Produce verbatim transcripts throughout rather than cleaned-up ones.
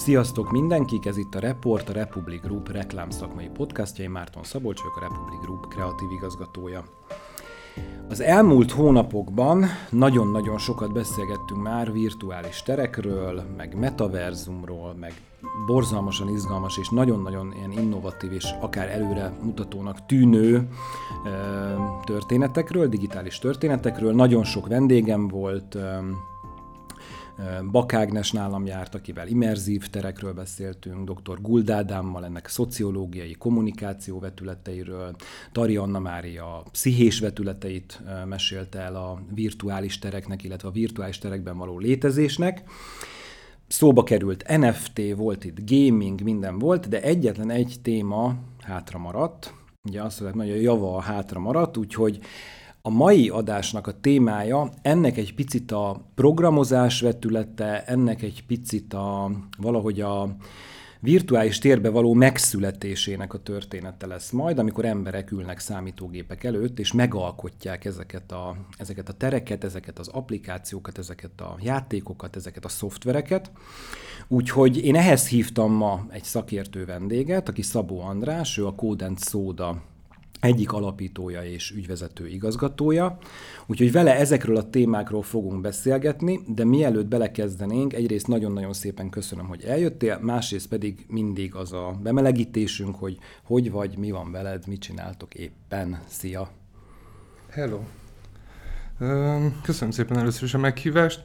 Sziasztok mindenkik, ez itt a Report, a Republic Group reklámszakmai podcastja, én Márton Szabolcs vagyok, a Republic Group kreatív igazgatója. Az elmúlt hónapokban nagyon-nagyon sokat beszélgettünk már virtuális terekről, meg metaverzumról, meg borzalmasan izgalmas és nagyon-nagyon ilyen innovatív és akár előre mutatónak tűnő ö, történetekről, digitális történetekről. Nagyon sok vendégem volt, ö, Bak Ágnes nálam járt, akivel immerzív terekről beszéltünk, doktor Guld Ádámmal ennek szociológiai, kommunikáció vetületeiről, Tari Anna Mária pszichés vetületeit mesélte el a virtuális tereknek, illetve a virtuális terekben való létezésnek. Szóba került en ef té, volt itt gaming, minden volt, de egyetlen egy téma hátra maradt. Ugye azt mondják, hogy a java hátra maradt, úgyhogy a mai adásnak a témája, ennek egy picit a programozás vetülete, ennek egy picit a, valahogy a virtuális térbe való megszületésének a története lesz majd, amikor emberek ülnek számítógépek előtt, és megalkotják ezeket a, ezeket a tereket, ezeket az applikációkat, ezeket a játékokat, ezeket a szoftvereket. Úgyhogy én ehhez hívtam ma egy szakértő vendéget, aki Szabó András, ő a Code and Soda egyik alapítója és ügyvezető igazgatója. Úgyhogy vele ezekről a témákról fogunk beszélgetni, de mielőtt belekezdenénk, egyrészt nagyon-nagyon szépen köszönöm, hogy eljöttél, másrészt pedig mindig az a bemelegítésünk, hogy hogy vagy, mi van veled, mit csináltok éppen. Szia! Hello! Köszönöm szépen először is a meghívást.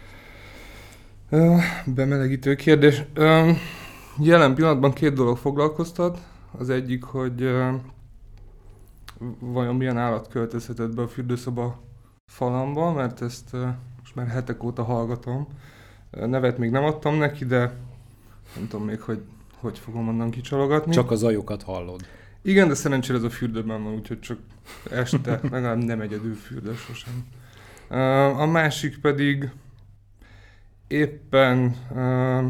Bemelegítő kérdés. Jelen pillanatban két dolog foglalkoztat. Az egyik, hogy vajon milyen állat költözhetett be a fürdőszoba falamba, mert ezt uh, most már hetek óta hallgatom. Uh, nevet még nem adtam neki, de nem tudom még, hogy hogy fogom onnan kicsalogatni. Csak a zajokat hallod. Igen, de szerencsére ez a fürdőben van, úgyhogy csak este legalább nem egyedül fürdő sosem. Uh, a másik pedig éppen uh,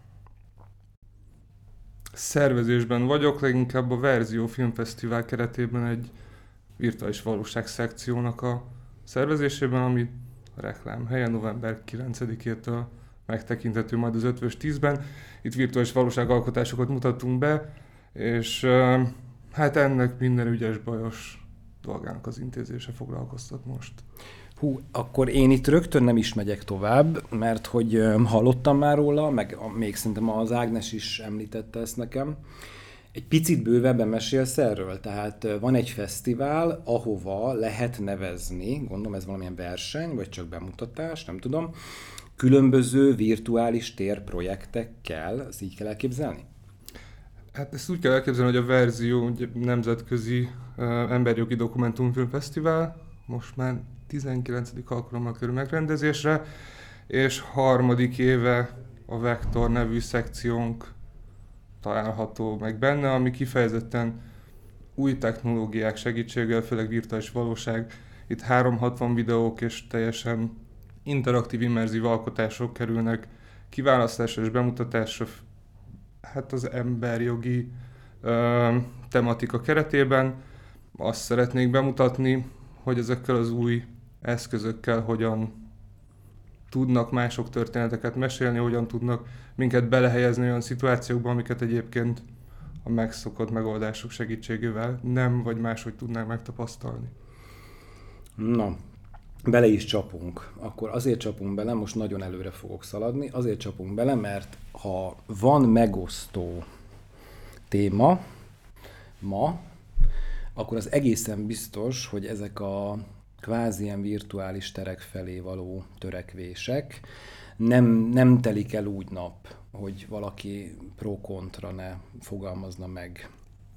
szervezésben vagyok, leginkább a Verzió Filmfesztivál keretében egy virtuális valóság szekciónak a szervezésében, ami a reklám helye november kilencedikétől megtekinthető majd az ötvös tízben. Itt virtuális valóságalkotásokat mutatunk be, és hát ennek minden ügyes bajos dolgának az intézése foglalkoztat most. Hú, akkor én itt rögtön nem is megyek tovább, mert hogy hallottam már róla, meg még szerintem az Ágnes is említette ezt nekem. Egy picit bővebben mesélsz erről, tehát van egy fesztivál, ahova lehet nevezni, gondolom ez valamilyen verseny, vagy csak bemutatás, nem tudom, különböző virtuális térprojektekkel, ezt így kell elképzelni? Hát ezt úgy kell elképzelni, hogy a Verzió ugye, nemzetközi uh, emberjogi dokumentumfilmfesztivál, most már tizenkilencedik alkalommal kerül megrendezésre, és harmadik éve a Vektor nevű szekciónk található meg benne, ami kifejezetten új technológiák segítségével, főleg virtuális valóság, itt háromszázhatvan videók és teljesen interaktív, immerzív alkotások kerülnek kiválasztásra és bemutatásra, hát az emberjogi ö, tematika keretében. Azt szeretnék bemutatni, hogy ezekkel az új eszközökkel hogyan tudnak mások történeteket mesélni, hogyan tudnak minket belehelyezni olyan szituációkba, amiket egyébként a megszokott megoldások segítségével nem, vagy máshogy tudnánk megtapasztalni. Na, bele is csapunk. Akkor azért csapunk bele, most nagyon előre fogok szaladni, azért csapunk bele, mert ha van megosztó téma ma, akkor az egészen biztos, hogy ezek a kvázi ilyen virtuális terek felé való törekvések nem, nem telik el úgy nap, hogy valaki pro-kontra ne fogalmazna meg.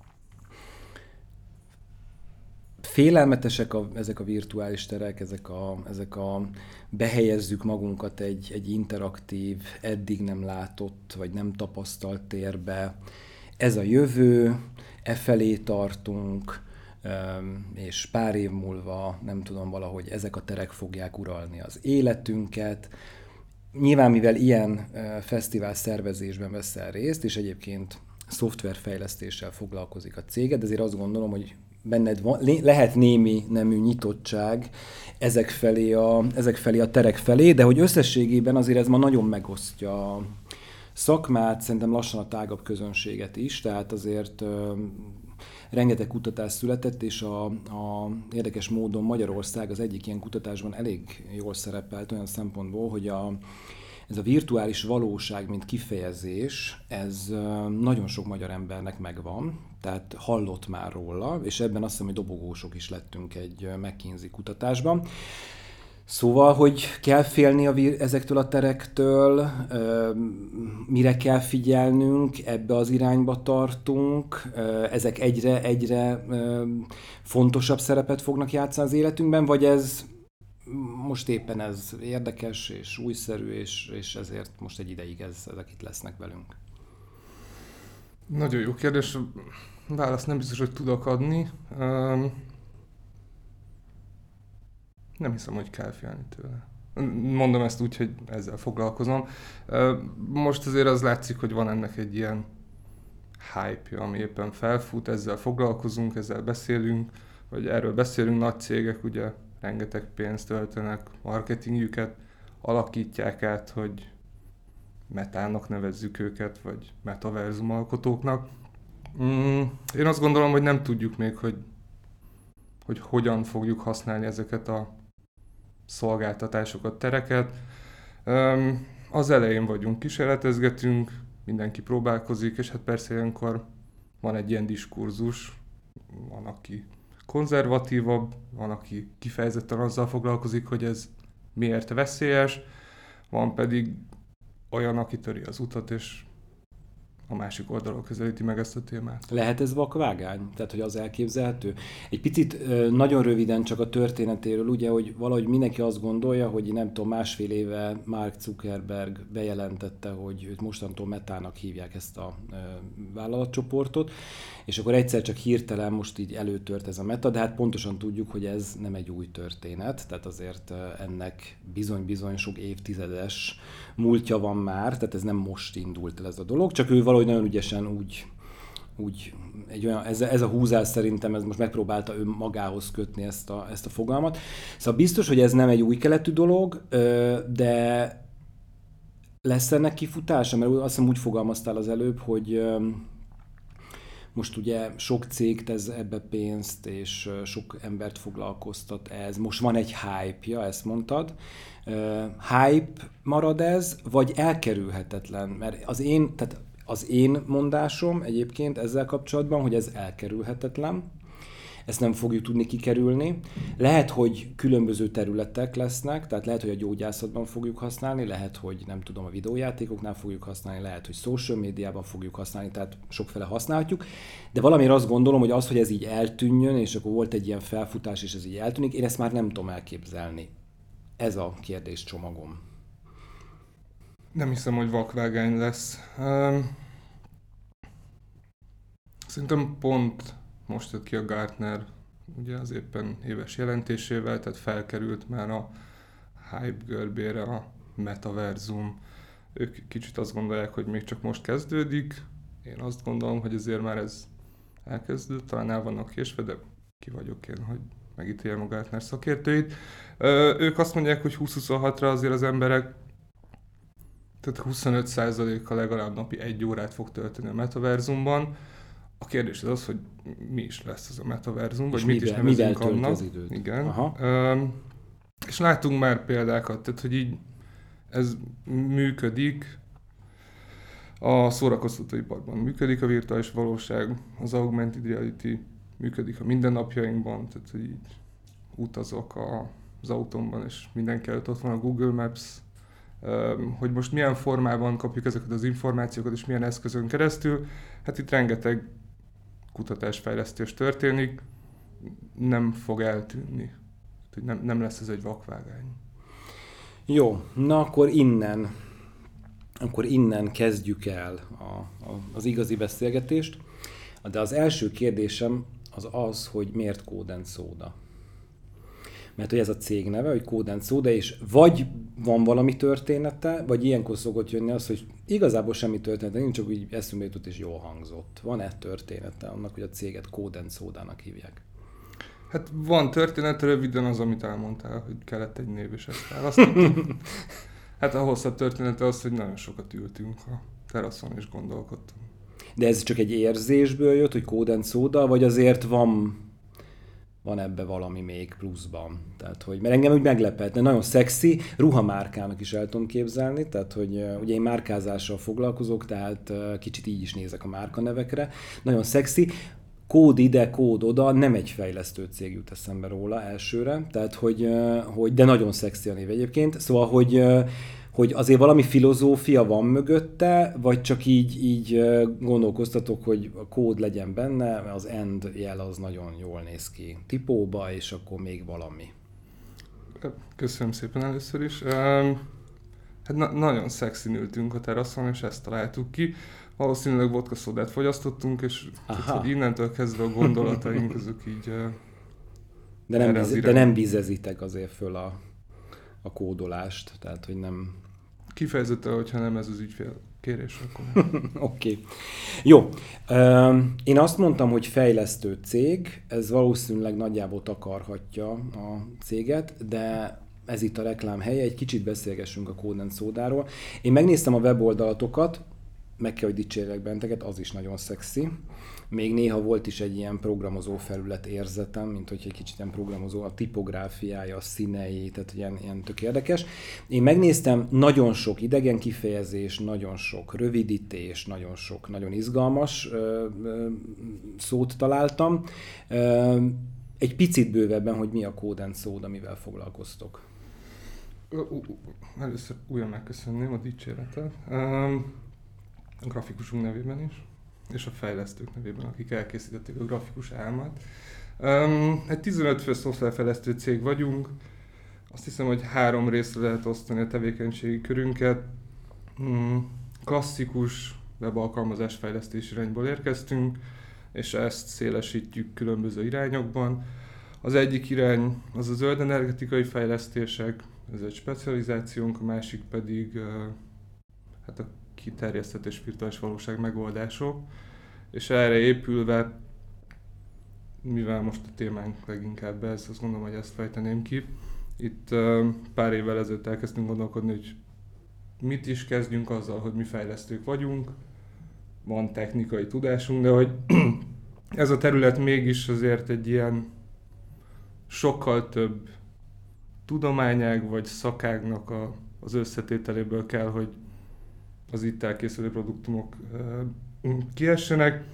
Félelmetesek a, ezek a virtuális terek, ezek a, ezek a behelyezzük magunkat egy, egy interaktív, eddig nem látott, vagy nem tapasztalt térbe. Ez a jövő, e felé tartunk, és pár év múlva, nem tudom, valahogy ezek a terek fogják uralni az életünket. Nyilván, mivel ilyen fesztivál szervezésben veszel részt, és egyébként szoftverfejlesztéssel foglalkozik a céged, ezért azt gondolom, hogy benned van, lehet némi nemű nyitottság ezek felé, a, ezek felé a terek felé, de hogy összességében azért ez ma nagyon megosztja szakmát, szerintem lassan a tágabb közönséget is, tehát azért ö, rengeteg kutatás született, és a, a érdekes módon Magyarország az egyik ilyen kutatásban elég jól szerepelt olyan szempontból, hogy a, ez a virtuális valóság, mint kifejezés, ez nagyon sok magyar embernek megvan, tehát hallott már róla, és ebben azt hiszem, hogy dobogósok is lettünk egy McKinsey kutatásban. Szóval, hogy kell félni a vír- ezektől a terektől, mire kell figyelnünk, ebbe az irányba tartunk, ezek egyre, egyre fontosabb szerepet fognak játszani az életünkben, vagy ez most éppen ez érdekes és újszerű, és, és ezért most egy ideig ez, ezek itt lesznek velünk? Nagyon jó kérdés. Választ nem biztos, hogy tudok adni. Nem hiszem, hogy kell félni tőle. Mondom ezt úgy, hogy ezzel foglalkozom. Most azért az látszik, hogy van ennek egy ilyen hype-ja, ami éppen felfut, ezzel foglalkozunk, ezzel beszélünk, vagy erről beszélünk, nagy cégek ugye rengeteg pénzt töltenek, marketingjüket alakítják át, hogy metának nevezzük őket, vagy metaverzum alkotóknak. Én azt gondolom, hogy nem tudjuk még, hogy, hogy hogyan fogjuk használni ezeket a szolgáltatásokat, tereket. Az elején vagyunk, kísérletezgetünk, mindenki próbálkozik, és hát persze ilyenkor van egy ilyen diskurzus, van, aki konzervatívabb, van, aki kifejezetten azzal foglalkozik, hogy ez miért veszélyes, van pedig olyan, aki töri az utat, és a másik oldalról közelíti meg ezt a témát. Lehet ez vakvágány? Tehát, hogy az elképzelhető? Egy picit nagyon röviden csak a történetéről, ugye, hogy valahogy mindenki azt gondolja, hogy nem tudom, másfél éve Mark Zuckerberg bejelentette, hogy őt mostantól Metának hívják ezt a vállalatcsoportot, és akkor egyszer csak hirtelen most így előtört ez a Meta, de hát pontosan tudjuk, hogy ez nem egy új történet, tehát azért ennek bizony-bizony sok évtizedes múltja van már, tehát ez nem most indult el ez a dolog, csak ő valahogy nagyon ügyesen úgy, úgy egy olyan, ez, ez a húzás szerintem ez most megpróbálta ő magához kötni ezt a, ezt a fogalmat. Szóval biztos, hogy ez nem egy új keletű dolog, de lesz ennek kifutása? Mert azt hiszem úgy fogalmaztál az előbb, hogy most ugye sok cég tesz ebbe pénzt, és sok embert foglalkoztat ez. Most van egy hype-ja, ezt mondtad. Uh, hype marad ez, vagy elkerülhetetlen? Mert az én, tehát az én mondásom egyébként ezzel kapcsolatban, hogy ez elkerülhetetlen. Ezt nem fogjuk tudni kikerülni. Lehet, hogy különböző területek lesznek, tehát lehet, hogy a gyógyászatban fogjuk használni, lehet, hogy nem tudom, a videójátékoknál fogjuk használni, lehet, hogy social médiában fogjuk használni, tehát sokféle használhatjuk. De valamiért azt gondolom, hogy az, hogy ez így eltűnjön, és akkor volt egy ilyen felfutás, és ez így eltűnik, én ezt már nem tudom elképzelni. Ez a kérdéscsomagom. Nem hiszem, hogy vakvágány lesz. Um, szerintem pont most jött ki a Gartner, ugye az éppen éves jelentésével, tehát felkerült már a hype görbére a metaverzum. Ők kicsit azt gondolják, hogy még csak most kezdődik. Én azt gondolom, hogy azért már ez elkezdődött, talán el vannak késve, de ki vagyok én, hogy megítéljem a Gartner szakértőit. Ö, ők azt mondják, hogy húsz-huszonhatra azért az emberek, tehát huszonöt százaléka legalább napi egy órát fog tölteni a metaverzumban. A kérdés az az, hogy mi is lesz ez a metaverzum, vagy mit is nevezünk annak. Az időt? Igen. Aha. Ö, és látunk már példákat, tehát hogy így ez működik, a szórakoztatóiparban működik a virtuális valóság, az augmented reality működik a mindennapjainkban, tehát hogy így utazok a, az autómban, és mindenki előtt ott van a Google Maps, hogy most milyen formában kapjuk ezeket az információkat, és milyen eszközön keresztül. Hát itt rengeteg kutatásfejlesztés történik, nem fog eltűnni. Nem, nem lesz ez egy vakvágány. Jó, na akkor innen, akkor innen kezdjük el a, a, az igazi beszélgetést. De az első kérdésem az az, hogy miért Code and Soda? Mert hogy ez a cég neve, hogy Code and Soda, és vagy van valami története, vagy ilyenkor szokott jönni az, hogy igazából semmi története, nincs, csak úgy eszünkbe jutott és jól hangzott. Van-e története annak, hogy a céget Code and Soda-nak hívják? Hát van története, röviden az, amit elmondtál, hogy kellett egy név, és ezt választottam. Hát a hosszabb története az, hogy nagyon sokat ültünk a teraszon is gondolkodtunk. De ez csak egy érzésből jött, hogy Code and Soda, vagy azért van, van ebbe valami még pluszban? Tehát, hogy, mert engem úgy meglepett, nagyon szexi, ruhamárkának is el tudom képzelni, tehát, hogy uh, ugye én márkázással foglalkozok, tehát uh, kicsit így is nézek a márkanevekre. Nagyon szexi. Kód ide, kód oda, nem egy fejlesztő cég jut eszembe róla elsőre, tehát, hogy, uh, hogy de nagyon szexi a név egyébként. Szóval, hogy uh, hogy azért valami filozófia van mögötte, vagy csak így, így gondolkoztatok, hogy a kód legyen benne, az end jel az nagyon jól néz ki tipóba, és akkor még valami. Köszönöm szépen először is. Hát na- nagyon szexin ültünk a teraszon, és ezt találtuk ki. Valószínűleg vodka szódát fogyasztottunk, és tudod, innentől kezdve a gondolataink azok így... De nem, bize- de nem bizezitek azért föl a, a kódolást, tehát hogy nem... Kifejezetten, hogyha nem ez az ügyfél kérés, akkor... Oké. Okay. Jó. Én azt mondtam, hogy fejlesztő cég, ez valószínűleg nagyjából takarhatja a céget, de ez itt a reklám helye, egy kicsit beszélgessünk a Code and Sodáról. Én megnéztem a weboldalatokat, meg kell, hogy dicsérlek benteket, az is nagyon szexi. Még néha volt is egy ilyen programozó felület érzetem, mint hogy egy kicsit ilyen programozó, a tipográfiája, a színei, tehát ilyen, ilyen tök érdekes. Én megnéztem, nagyon sok idegen kifejezés, nagyon sok rövidítés, nagyon sok, nagyon izgalmas ö, ö, szót találtam. Ö, egy picit bővebben, hogy mi a Code and Soda, amivel foglalkoztok. Először újra megköszönném a dicséretet. Um, a grafikusunk nevében is, és a fejlesztők nevében, akik elkészítették a grafikus álmat. Um, egy tizenöt fő szoftverfejlesztő cég vagyunk. Azt hiszem, hogy három részre lehet osztani a tevékenységi körünket. Um, klasszikus webalkalmazás fejlesztés irányból érkeztünk, és ezt szélesítjük különböző irányokban. Az egyik irány az a zöld energetikai fejlesztések, ez egy specializációnk, a másik pedig uh, hát a kiterjesztett és virtuális valóság megoldások, és erre épülve, mivel most a témánk leginkább ez, azt gondolom, hogy ezt fejteném ki. Itt uh, pár évvel ezelőtt elkezdtünk gondolkodni, hogy mit is kezdjünk azzal, hogy mi fejlesztők vagyunk, van technikai tudásunk, de hogy ez a terület mégis azért egy ilyen sokkal több tudományág vagy szakágnak a, az összetételéből kell, hogy az itt elkészülő produktumok uh, kiessenek.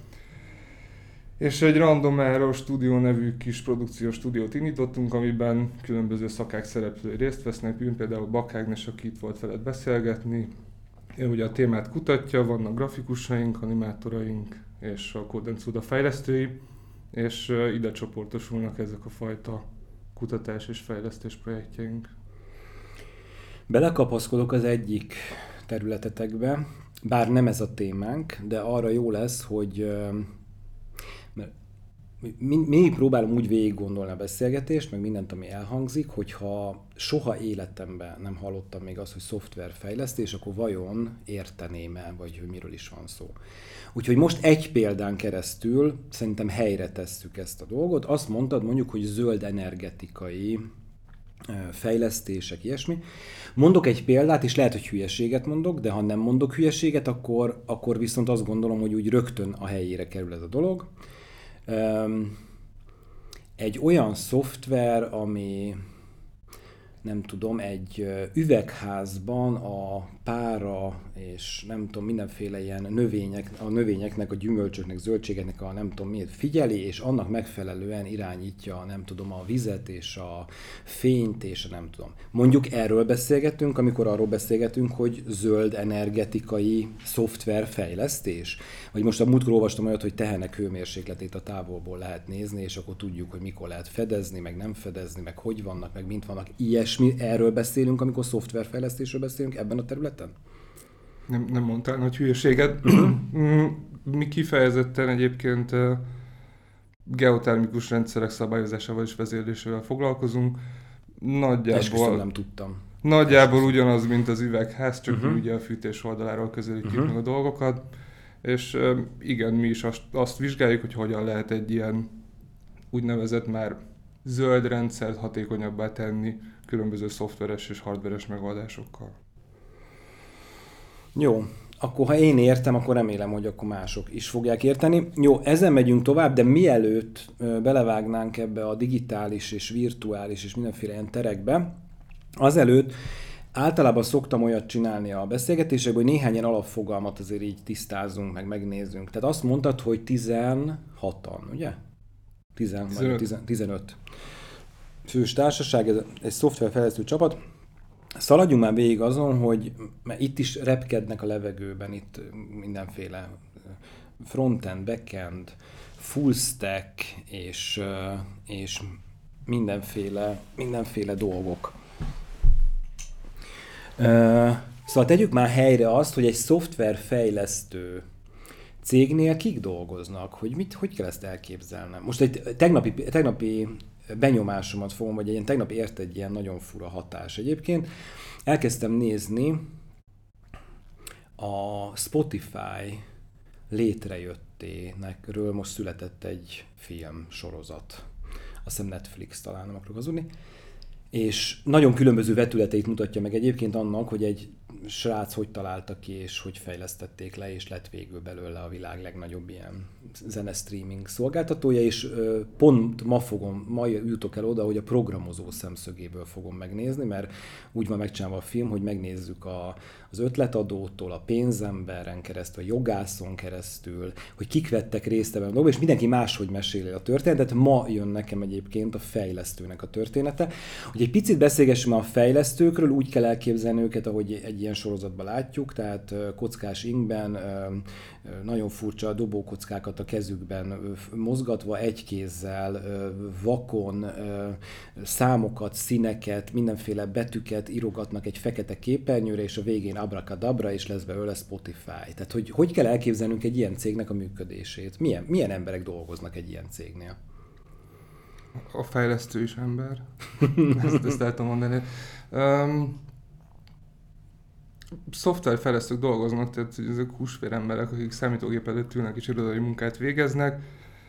És egy Random Error Studio nevű kis produkciós stúdiót indítottunk, amiben különböző szakák szereplői részt vesznek, ő például Bak Ágnes, aki itt volt veled beszélgetni. Ő ugye a témát kutatja, vannak grafikusaink, animátoraink és a Code and Soda fejlesztői, és uh, ide csoportosulnak ezek a fajta kutatás és fejlesztés projektjeink. Belekapaszkodok az egyik területetekbe, bár nem ez a témánk, de arra jó lesz, hogy mert mindig próbálom úgy végig gondolni a beszélgetést, meg mindent, ami elhangzik, hogyha soha életemben nem hallottam még azt, hogy szoftverfejlesztés, akkor vajon érteném-e, vagy hogy miről is van szó. Úgyhogy most egy példán keresztül szerintem helyre tesszük ezt a dolgot. Azt mondtad mondjuk, hogy zöld energetikai fejlesztések, ilyesmi. Mondok egy példát, és lehet, hogy hülyeséget mondok, de ha nem mondok hülyeséget, akkor, akkor viszont azt gondolom, hogy úgy rögtön a helyére kerül ez a dolog. Egy olyan szoftver, ami nem tudom, egy üvegházban a pára és nem tudom, mindenféle ilyen növények, a növényeknek, a gyümölcsöknek, zöldségeknek a nem tudom miért figyeli, és annak megfelelően irányítja, nem tudom, a vizet és a fényt, és a nem tudom. Mondjuk erről beszélgetünk, amikor arról beszélgetünk, hogy zöld energetikai szoftverfejlesztés. Vagy most a múltkor olvastam olyat, hogy tehenek hőmérsékletét a távolból lehet nézni, és akkor tudjuk, hogy mikor lehet fedezni, meg nem fedezni, meg hogy vannak, meg mint vannak. Ilyesmi, erről beszélünk, amikor szoftverfejlesztésről beszélünk ebben a területen? Nem, nem mondtál nagy hülyeséget. Mi kifejezetten egyébként geotermikus rendszerek szabályozásával és vezérlésével foglalkozunk. Nagyjából, Esküszöm, nem tudtam. Nagyjából Esküszöm. Ugyanaz, mint az üvegház, csak uh-huh. mi ugye a fűtés oldaláról közelítjük uh-huh. meg a dolgokat. És igen, mi is azt, azt vizsgáljuk, hogy hogyan lehet egy ilyen úgynevezett már zöld rendszert hatékonyabbá tenni különböző szoftveres és hardveres megoldásokkal. Jó. akkor ha én értem, akkor remélem, hogy akkor mások is fogják érteni. Jó, ezen megyünk tovább, de mielőtt belevágnánk ebbe a digitális és virtuális és mindenféle ilyen terekbe, azelőtt általában szoktam olyat csinálni a beszélgetésekben, hogy néhány ilyen alapfogalmat azért így tisztázunk, meg megnézzünk. Tehát azt mondtad, hogy tizenhatan, ugye? tizenöt. tizenöt fős társaság, ez egy szoftverfejlesztő csapat. Szaladjunk már végig azon, hogy mert itt is repkednek a levegőben, itt mindenféle frontend, backend, full stack és, és mindenféle, mindenféle dolgok. Szóval tegyük már helyre azt, hogy egy szoftverfejlesztő cégnél kik dolgoznak, hogy mit, hogy kell ezt elképzelnem. Most egy tegnapi, tegnapi benyomásomat fogom, vagy egy ilyen tegnap ért egy ilyen nagyon fura hatás. Egyébként elkezdtem nézni a Spotify létrejötténekről, most született egy film sorozat. Azt hiszem Netflix, talán nem akarok hazudni. És nagyon különböző vetületeit mutatja meg egyébként annak, hogy egy srác hogy találta ki, és hogy fejlesztették le, és lett végül belőle a világ legnagyobb ilyen zenestreaming szolgáltatója, és pont ma fogom, ma jutok el oda, hogy a programozó szemszögéből fogom megnézni, mert úgy van megcsinálva a film, hogy megnézzük a, az ötletadótól, a pénzemberen keresztül, a jogászon keresztül, hogy kik vettek részt ebben a dolgban, és mindenki máshogy meséli a történetet. Ma jön nekem egyébként a fejlesztőnek a története. Hogy egy picit beszélgessünk a fejlesztőkről, úgy kell elképzelni őket, ahogy egy ilyen sorozatban látjuk, tehát kockás ingben, nagyon furcsa dobókockákat a kezükben mozgatva, egy kézzel, vakon, számokat, színeket, mindenféle betűket írogatnak egy fekete képernyőre, és a végén abracadabra, és lesz belőle Spotify. Tehát hogy, hogy kell elképzelnünk egy ilyen cégnek a működését? Milyen, milyen emberek dolgoznak egy ilyen cégnél? A fejlesztő is ember. ezt, ezt el tudom mondani. Um, szoftverfejlesztők dolgoznak, tehát ezek húsvér emberek, akik számítógép előtt ülnek és irodai munkát végeznek.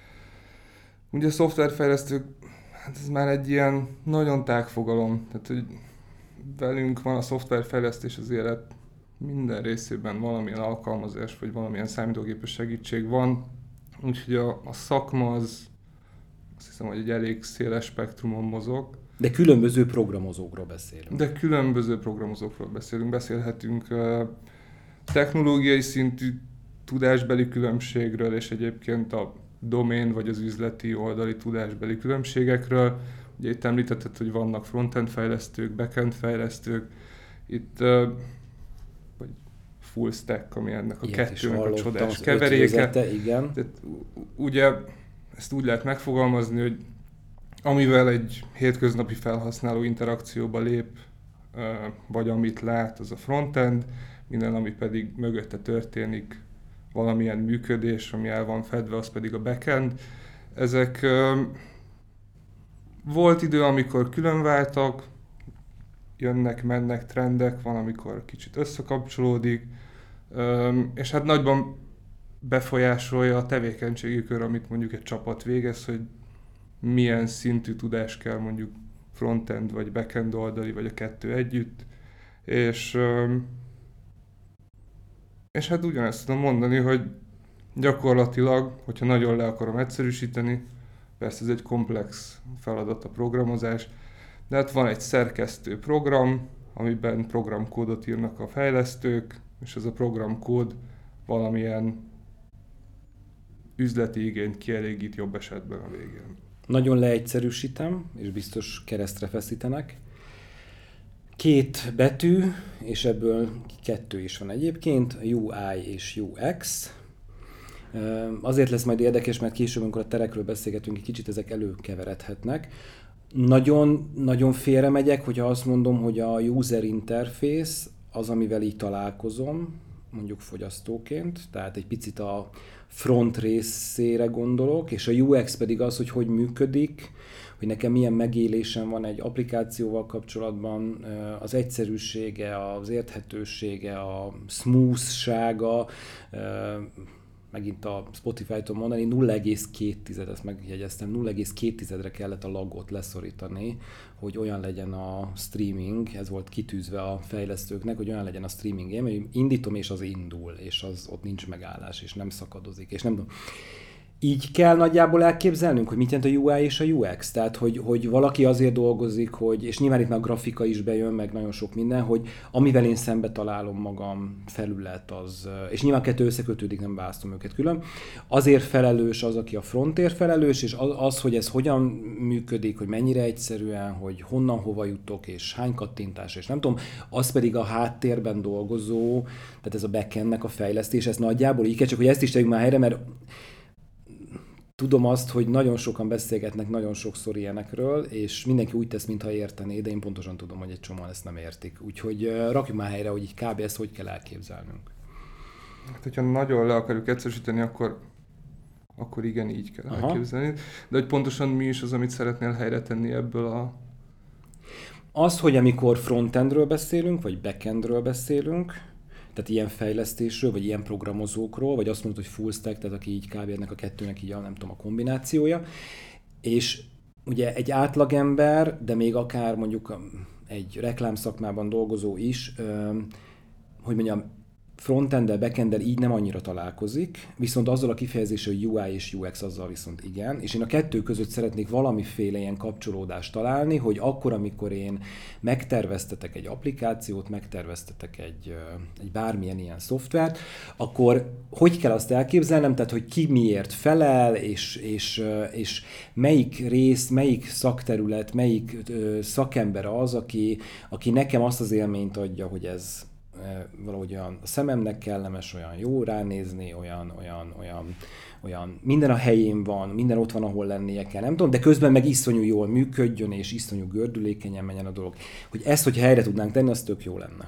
Ugye a szoftverfejlesztők, hát ez már egy ilyen nagyon tág fogalom. Tehát, hogy velünk van a szoftverfejlesztés az élet minden részében valamilyen alkalmazás, vagy valamilyen számítógépes segítség van. Úgyhogy a, a szakma az azt hiszem, hogy egy elég széles spektrumon mozog. De különböző programozókról beszélünk. De különböző programozókról beszélünk. Beszélhetünk uh, technológiai szintű tudásbeli különbségről, és egyébként a domén vagy az üzleti oldali tudásbeli különbségekről. Ugye itt említetted, hogy vannak frontend fejlesztők, backend fejlesztők. Itt uh, vagy full stack, ami ennek a ilyet kettőnek a csodás keveréke. Igen. Tehát, ugye ezt úgy lehet megfogalmazni, hogy amivel egy hétköznapi felhasználó interakcióba lép, vagy amit lát, az a frontend, minden, ami pedig mögötte történik, valamilyen működés, ami el van fedve, az pedig a backend. Ezek volt idő, amikor különváltak, jönnek, mennek trendek, van, amikor kicsit összekapcsolódik, és hát nagyban befolyásolja a tevékenységükör, amit mondjuk egy csapat végez, hogy milyen szintű tudás kell mondjuk frontend vagy backend oldali, vagy a kettő együtt. És, és hát ugyanezt tudom mondani, hogy gyakorlatilag, hogyha nagyon le akarom egyszerűsíteni, persze ez egy komplex feladat a programozás, de hát van egy szerkesztő program, amiben programkódot írnak a fejlesztők, és ez a programkód valamilyen üzleti igényt kielégít jobb esetben a végén. Nagyon leegyszerűsítem, és biztos keresztre feszítenek. Két betű, és ebből kettő is van egyébként, U I és U X. Azért lesz majd érdekes, mert később, amikor a terekről beszélgetünk, egy kicsit ezek előkeveredhetnek. Nagyon, nagyon félre megyek, hogyha azt mondom, hogy a user interface az, amivel így találkozom, mondjuk fogyasztóként, tehát egy picit a front részére gondolok, és a U X pedig az, hogy hogy működik, hogy nekem milyen megélésem van egy applikációval kapcsolatban, az egyszerűsége, az érthetősége, a smoothsága, megint a Spotify-tól mondani, nulla egész két, ezt megjegyeztem, nulla egész két kellett a lagot leszorítani, hogy olyan legyen a streaming, ez volt kitűzve a fejlesztőknek, hogy olyan legyen a streaming élmény, hogy indítom és az indul, és az, ott nincs megállás, és nem szakadozik, és nem tudom. Így kell nagyjából elképzelnünk, hogy mit jelent a u i és a u iksz, tehát hogy, hogy valaki azért dolgozik, hogy, és nyilván itt már a grafika is bejön, meg nagyon sok minden, hogy amivel én szembe találom magam felület, az, és nyilván kettő összekötődik, nem választom őket külön, azért felelős az, aki a frontért felelős, és az, az, hogy ez hogyan működik, hogy mennyire egyszerűen, hogy honnan hova jutok, és hány kattintás, és nem tudom, az pedig a háttérben dolgozó, tehát ez a backendnek a fejlesztés, ez nagyjából így kell, csak hogy ezt is tegyük már helyre, mert tudom azt, hogy nagyon sokan beszélgetnek nagyon sokszor ilyenekről, és mindenki úgy tesz, mintha értené, de én pontosan tudom, hogy egy csomóan ezt nem értik. Úgyhogy rakjuk már helyre, hogy így kb. Ezt hogy kell elképzelnünk. Hát, hogyha nagyon le akarjuk egyszerűsíteni, akkor, akkor igen, így kell Aha. elképzelni. De hogy pontosan mi is az, amit szeretnél helyre tenni ebből a... Az, hogy amikor frontendről beszélünk, vagy backendről beszélünk, tehát ilyen fejlesztésről, vagy ilyen programozókról, vagy azt mondod, hogy full stack, tehát aki így kb. Ennek a kettőnek így a, nem tudom, a kombinációja. És ugye egy átlagember, de még akár mondjuk egy reklámszakmában dolgozó is, hogy mondjam, frontenddel, backenddel így nem annyira találkozik, viszont azzal a kifejezéssel, hogy u i és u iksz, azzal viszont igen, és én a kettő között szeretnék valamiféle ilyen kapcsolódást találni, hogy akkor, amikor én megterveztetek egy applikációt, megterveztetek egy, egy bármilyen ilyen szoftvert, akkor hogy kell azt elképzelnem, tehát hogy ki miért felel, és, és, és melyik rész, melyik szakterület, melyik szakember az, aki, aki nekem azt az élményt adja, hogy ez valahogy olyan a szememnek kellemes, olyan jó ránézni, olyan, olyan, olyan, olyan minden a helyén van, minden ott van, ahol lennie kell, nem tudom, de közben meg iszonyú jól működjön, és iszonyú gördülékenyen menjen a dolog. Hogy ezt, hogy helyre tudnánk tenni, az tök jó lenne.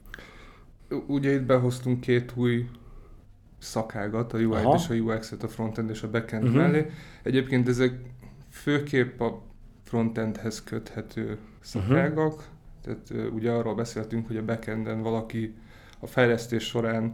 Ugye itt behoztunk két új szakágat, a u i-t és a u iksz-et, a frontend és a backend uh-huh. mellé. Egyébként ezek főképp a frontendhez köthető szakágak, uh-huh. Tehát uh, ugye arról beszéltünk, hogy a backenden valaki a fejlesztés során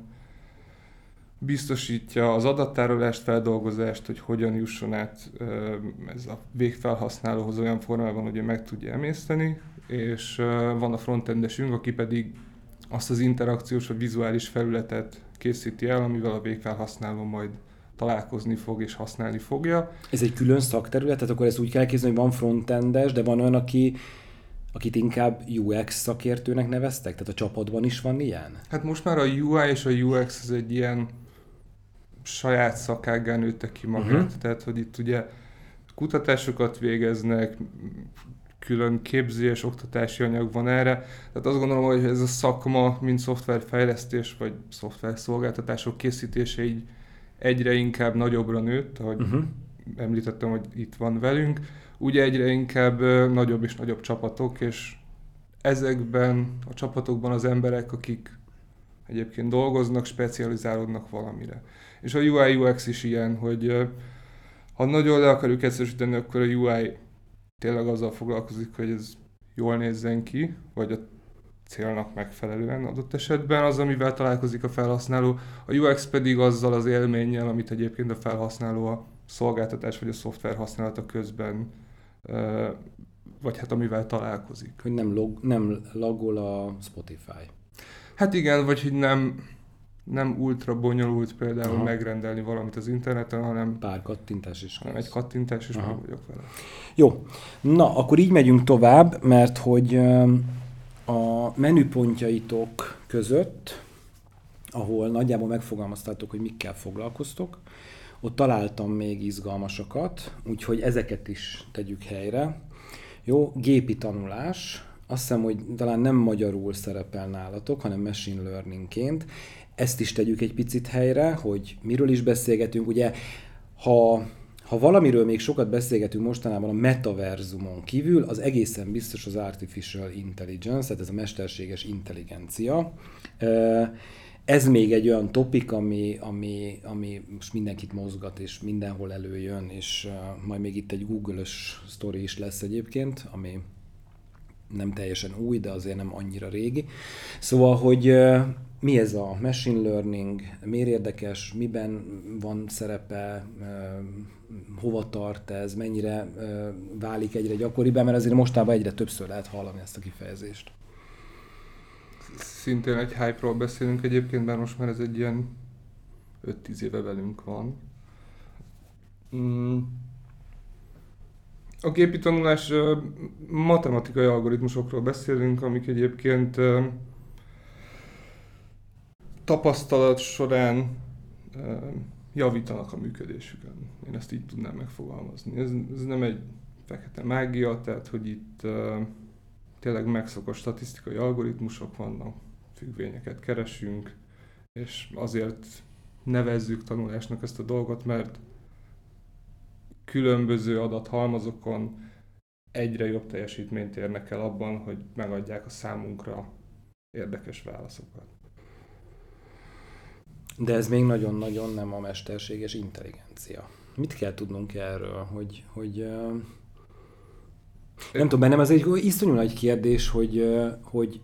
biztosítja az adattárolást, feldolgozást, hogy hogyan jusson át uh, ez a végfelhasználóhoz olyan formában, hogy ő meg tudja emészteni, és uh, van a frontendesünk, aki pedig azt az interakciós vagy vizuális felületet készíti el, amivel a végfelhasználó majd találkozni fog és használni fogja. Ez egy külön szakterület, tehát akkor ezt úgy kell elképzelni, hogy van frontendes, de van olyan, aki akit inkább u iksz szakértőnek neveztek? Tehát a csapatban is van ilyen? Hát most már a u i és a u iksz az egy ilyen saját szakággá nőtte ki magát. Uh-huh. Tehát, hogy itt ugye kutatásokat végeznek, külön képzés, oktatási anyag van erre. Tehát azt gondolom, hogy ez a szakma, mint szoftverfejlesztés vagy szoftverszolgáltatások készítése így egyre inkább nagyobbra nőtt, ahogy uh-huh. említettem, hogy itt van velünk. Ugye egyre inkább nagyobb és nagyobb csapatok, és ezekben a csapatokban az emberek, akik egyébként dolgoznak, specializálódnak valamire. És a u i u iksz is ilyen, hogy ha nagyon le akarjuk egyszerűsíteni, akkor a u i tényleg azzal foglalkozik, hogy ez jól nézzen ki, vagy a célnak megfelelően adott esetben az, amivel találkozik a felhasználó. A u iksz pedig azzal az élménnyel, amit egyébként a felhasználó a szolgáltatás vagy a szoftver használata közben vagy hát amivel találkozik. Hogy nem, log, nem lagol a Spotify. Hát igen, vagy hogy nem, nem ultra bonyolult például Aha. megrendelni valamit az interneten, hanem pár kattintás is. Hanem egy kattintás is meg vagyok vele. Jó, na akkor így megyünk tovább, mert hogy a menüpontjaitok között, ahol nagyjából megfogalmaztátok, hogy mikkel foglalkoztok, ott találtam még izgalmasakat, úgyhogy ezeket is tegyük helyre. Jó, gépi tanulás. Azt hiszem, hogy talán nem magyarul szerepel nálatok, hanem machine learningként. Ezt is tegyük egy picit helyre, hogy miről is beszélgetünk. Ugye, ha, ha valamiről még sokat beszélgetünk mostanában a metaverzumon kívül, az egészen biztos az artificial intelligence, tehát ez a mesterséges intelligencia. Ez még egy olyan topik, ami, ami, ami most mindenkit mozgat, és mindenhol előjön, és uh, majd még itt egy Google-ös sztori is lesz egyébként, ami nem teljesen új, de azért nem annyira régi. Szóval, hogy uh, Mi ez a machine learning, miért érdekes, miben van szerepe, hova tart ez, mennyire válik egyre gyakoribbá, mert azért mostában egyre többször lehet hallani ezt a kifejezést. Szintén egy hype-ról beszélünk egyébként, bár most már ez egy ilyen öt-tíz éve velünk van. Mm. A gépi tanulás matematikai algoritmusokról beszélünk, amik egyébként tapasztalat során javítanak a működésükön. Én ezt így tudnám megfogalmazni. Ez, ez nem egy fekete mágia, tehát hogy itt tényleg megszokott statisztikai algoritmusok vannak, függvényeket keresünk, és azért nevezzük tanulásnak ezt a dolgot, mert különböző adathalmazokon egyre jobb teljesítményt érnek el abban, hogy megadják a számunkra érdekes válaszokat. De ez még nagyon-nagyon nem a mesterséges intelligencia. Mit kell tudnunk erről, hogy... hogy uh... nem tudom, bennem ez egy iszonyú nagy kérdés, hogy, uh, hogy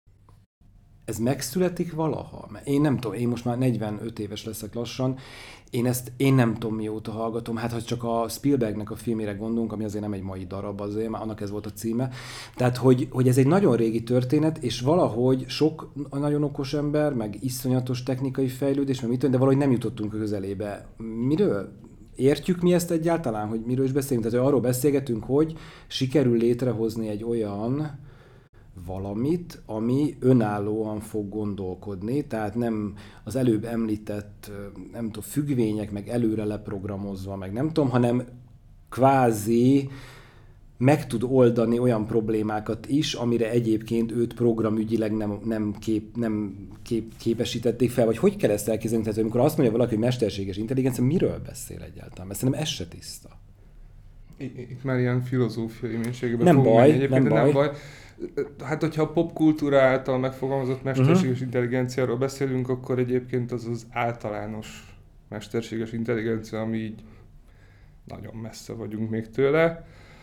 ez megszületik valaha? Mert én nem tudom, én most már negyvenöt éves leszek lassan, én ezt én nem tudom mióta hallgatom, hát ha csak a Spielbergnek a filmére gondolunk, ami azért nem egy mai darab azért, már annak ez volt a címe. Tehát, hogy, hogy ez egy nagyon régi történet, és valahogy sok nagyon okos ember, meg iszonyatos technikai fejlődés, meg mit tudom, de valahogy nem jutottunk közelébe. Miről? Értjük mi ezt egyáltalán, hogy miről is beszélünk? Tehát, hogy arról beszélgetünk, hogy sikerül létrehozni egy olyan valamit, ami önállóan fog gondolkodni, tehát nem az előbb említett, nem tudom, függvények, meg előre leprogramozva, meg nem tudom, hanem kvázi meg tud oldani olyan problémákat is, amire egyébként őt programügyileg nem, nem, kép, nem kép, képesítették fel, vagy hogy kell ezt elképzelni? Tehát amikor azt mondja valaki, hogy mesterséges intelligencia, miről beszél egyáltalán? Mert szerintem ez se tiszta. Itt már ilyen filozófiai mélységében nem baj, menni. nem baj, nem baj. Hát, hogyha a popkultúra által megfogalmazott mesterséges uh-huh. intelligenciáról beszélünk, akkor egyébként az az általános mesterséges intelligencia, ami így nagyon messze vagyunk még tőle.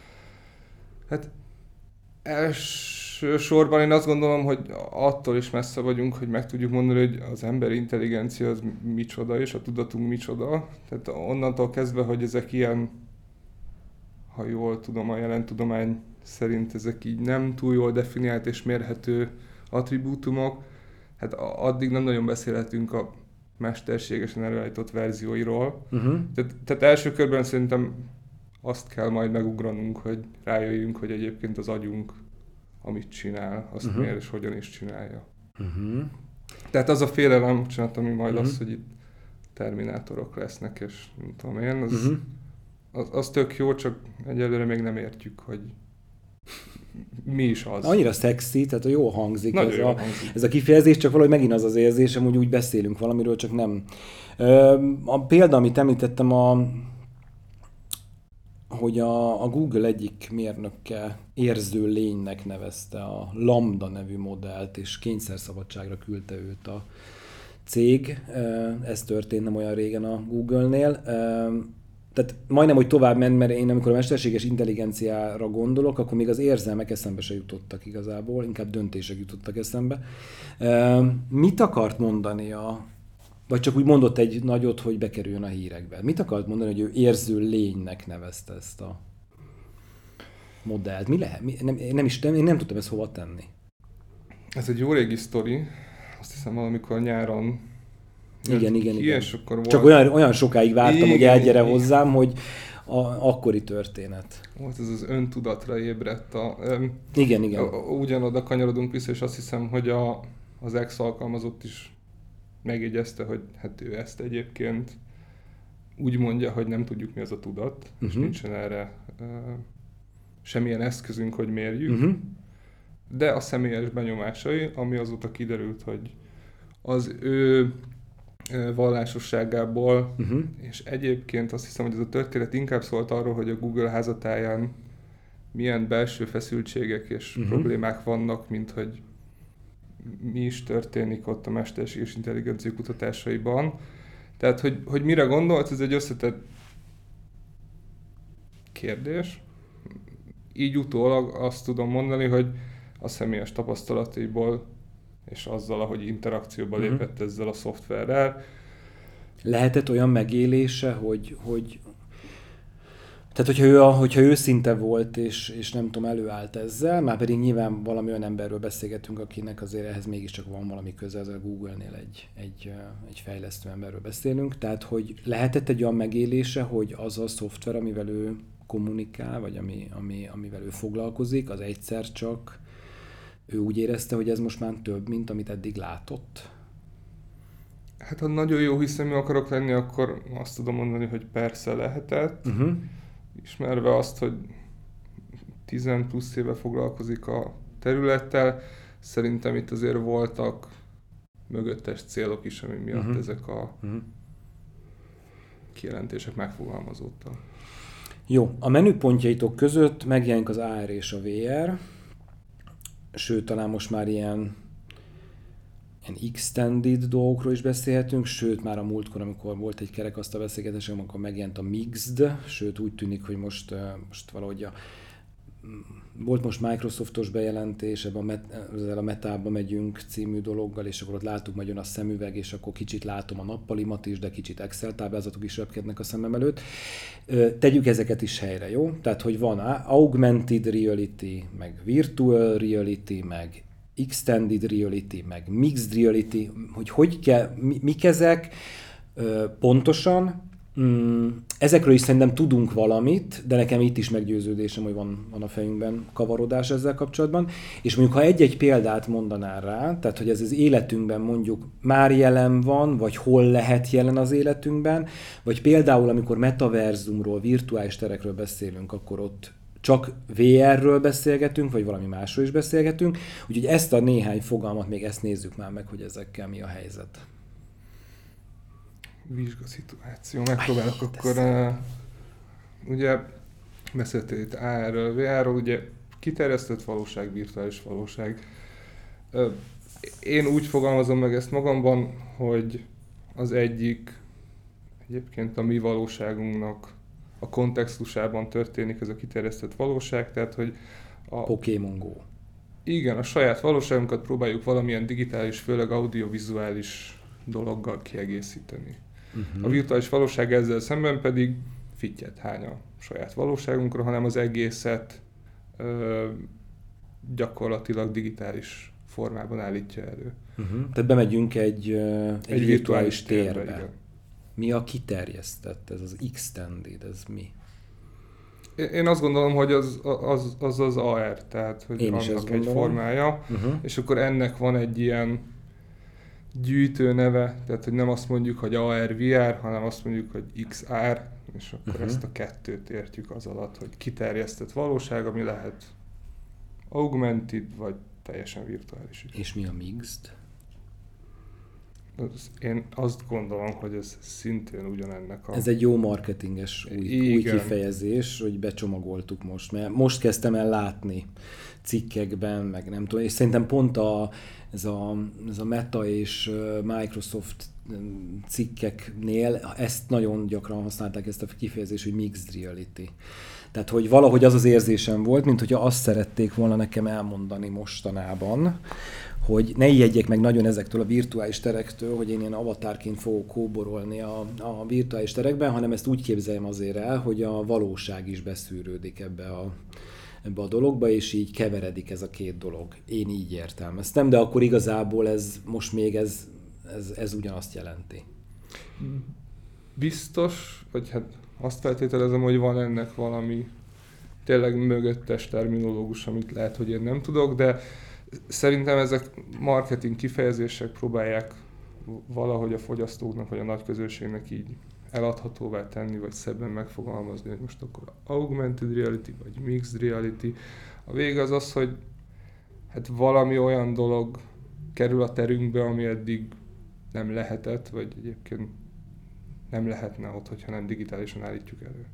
Hát elsősorban én azt gondolom, hogy attól is messze vagyunk, hogy meg tudjuk mondani, hogy az emberi intelligencia az micsoda, és a tudatunk micsoda. Tehát onnantól kezdve, hogy ezek ilyen, ha jól tudom, a jelen tudomány szerint ezek így nem túl jól definiált és mérhető attribútumok, hát addig nem nagyon beszélhetünk a mesterségesen előállított verzióiról. Uh-huh. Tehát, tehát első körben szerintem azt kell majd megugranunk, hogy rájöjjünk, hogy egyébként az agyunk, amit csinál, azt uh-huh. miért és hogyan is csinálja. Uh-huh. Tehát az a félelem, bocsánat, ami majd uh-huh. az, hogy itt terminátorok lesznek, és nem tudom én, az, uh-huh. az, az tök jó, csak egyelőre még nem értjük, hogy mi is az. Annyira szexi, tehát jó hangzik, ez, jó a, hangzik. ez a kifejezés, csak valahogy megint az az érzésem, hogy úgy beszélünk valamiről, csak nem. A példa, amit említettem, a, hogy a, a Google egyik mérnöke érző lénynek nevezte a Lambda nevű modellt, és kényszerszabadságra küldte őt a cég. Ez történt nem olyan régen a Google-nél. Tehát majdnem, hogy tovább ment, mert én amikor a mesterséges intelligenciára gondolok, akkor még az érzelmek eszembe se jutottak igazából, inkább döntések jutottak eszembe. Mit akart mondani a... Vagy csak úgy mondott egy nagyot, hogy bekerüljön a hírekbe. Mit akart mondani, hogy ő érző lénynek nevezte ezt a modellt? Mi lehet? Mi, nem, nem is, nem, én nem tudtam ezt hova tenni. Ez egy jó régi sztori. Azt hiszem valamikor nyáron igen, igen, ki, igen. Volt... Csak olyan, olyan sokáig vártam, igen, hogy elgyere igen. hozzám, hogy a, akkori történet. Volt ez az öntudatra ébredt. A, um, igen, igen. A, ugyanoda kanyarodunk vissza, és azt hiszem, hogy a, az ex alkalmazott is megjegyezte, hogy hát ő ezt egyébként úgy mondja, hogy nem tudjuk mi az a tudat, uh-huh. és nincsen erre uh, semmilyen eszközünk, hogy mérjük, uh-huh. de a személyes benyomásai, ami azóta kiderült, hogy az ő vallásosságából, uh-huh. és egyébként azt hiszem, hogy ez a történet inkább szólt arról, hogy a Google házatáján milyen belső feszültségek és uh-huh. problémák vannak, mint hogy mi is történik ott a mesterséges intelligencia kutatásaiban. Tehát, hogy, hogy mire gondolt, ez egy összetett kérdés. Így utólag azt tudom mondani, hogy a személyes tapasztalataiból és azzal, ahogy interakcióba lépett uh-huh. ezzel a szoftverrel. Lehetett olyan megélése, hogy, hogy tehát, hogyha ő, hogyha őszinte volt, és, és nem tudom, előállt ezzel, már pedig nyilván valami olyan emberről beszélgetünk, akinek azért ehhez mégiscsak van valami köze, ez a Google-nél egy, egy, egy fejlesztő emberről beszélünk, tehát, hogy lehetett egy olyan megélése, hogy az a szoftver, amivel ő kommunikál, vagy ami, ami, amivel ő foglalkozik, az egyszer csak ő úgy érezte, hogy ez most már több, mint amit eddig látott? Hát, ha nagyon jó hiszemű akarok lenni, akkor azt tudom mondani, hogy persze lehetett. Uh-huh. Ismerve azt, hogy tíz plusz éve foglalkozik a területtel, szerintem itt azért voltak mögöttes célok is, ami miatt uh-huh. ezek a uh-huh. kijelentések megfogalmazódtak. Jó, a menüpontjaitok között megjelenik az á er és a vé er, sőt, talán most már ilyen, ilyen extended dolgokról is beszélhetünk, sőt, már a múltkor, amikor volt egy kerekasztal beszélgetésünk, akkor megjelent a mixed, sőt, úgy tűnik, hogy most, most valahogy a, volt most Microsoftos bejelentés, ebben a, met, a Metába megyünk című dologgal, és akkor ott láttuk, majd jön a szemüveg, és akkor kicsit látom a nappalimat is, de kicsit Excel táblázatok is röpkednek a szemem előtt. Tegyük ezeket is helyre, jó? Tehát, hogy van augmented reality, meg virtual reality, meg extended reality, meg mixed reality, hogy hogy kell, mi, mik ezek pontosan. Ezekről is szerintem tudunk valamit, de nekem itt is meggyőződésem, hogy van, van a fejünkben kavarodás ezzel kapcsolatban. És mondjuk, ha egy-egy példát mondanál rá, tehát hogy ez az életünkben mondjuk már jelen van, vagy hol lehet jelen az életünkben, vagy például amikor metaverzumról, virtuális terekről beszélünk, akkor ott csak vé er-ről beszélgetünk, vagy valami másról is beszélgetünk. Úgyhogy ezt a néhány fogalmat még ezt nézzük már meg, hogy ezekkel mi a helyzet. Vizsgaszituáció. Megpróbálok Aj, akkor, uh, ugye beszéltél itt á er-ről, vé er-ről, ugye kiterjesztett valóság, virtuális valóság. Uh, én úgy fogalmazom meg ezt magamban, hogy az egyik egyébként a mi valóságunknak a kontextusában történik ez a kiterjesztett valóság, tehát hogy a... Pokémon Go. Igen, a saját valóságunkat próbáljuk valamilyen digitális, főleg audiovizuális dologgal kiegészíteni. Uh-huh. A virtuális valóság ezzel szemben pedig fittyet hány a saját valóságunkra, hanem az egészet ö, gyakorlatilag digitális formában állítja elő. Uh-huh. Tehát bemegyünk egy, egy, egy virtuális, virtuális térbe. térbe. Mi a kiterjesztett? Ez az extended, ez mi? Én azt gondolom, hogy az az, az, az á er, tehát hogy Én annak egy formája, uh-huh. és akkor ennek van egy ilyen gyűjtő neve, tehát hogy nem azt mondjuk, hogy á er vé er, hanem azt mondjuk, hogy iksz er, és akkor uh-huh. ezt a kettőt értjük az alatt, hogy kiterjesztett valóság, ami lehet augmented, vagy teljesen virtuális is. És mi a mixed? Én azt gondolom, hogy ez szintén ugyanennek a... Ez egy jó marketinges új, új kifejezés, hogy becsomagoltuk most, mert most kezdtem el látni cikkekben, meg nem tudom, és szerintem pont a, ez, a, ez a Meta és Microsoft cikkeknél ezt nagyon gyakran használták, ezt a kifejezést, hogy mixed reality. Tehát, hogy valahogy az az érzésem volt, mint hogyha azt szerették volna nekem elmondani mostanában, hogy ne ijedjek meg nagyon ezektől a virtuális terektől, hogy én ilyen avatárként fogok kóborolni a, a virtuális terekben, hanem ezt úgy képzeljem azért el, hogy a valóság is beszűrődik ebbe a, ebbe a dologba, és így keveredik ez a két dolog. Én így értelmeztem, de akkor igazából ez most még ez, ez, ez ugyanazt jelenti. Biztos, vagy hát azt feltételezem, hogy van ennek valami tényleg mögöttes terminológus, amit lehet, hogy én nem tudok, de szerintem ezek marketing kifejezések próbálják valahogy a fogyasztóknak, vagy a nagy közönségnek így eladhatóvá tenni, vagy szebben megfogalmazni, hogy most akkor augmented reality, vagy mixed reality. A vége az az, hogy hát valami olyan dolog kerül a terünkbe, ami eddig nem lehetett, vagy egyébként nem lehetne ott, hogyha nem digitálisan állítjuk elő.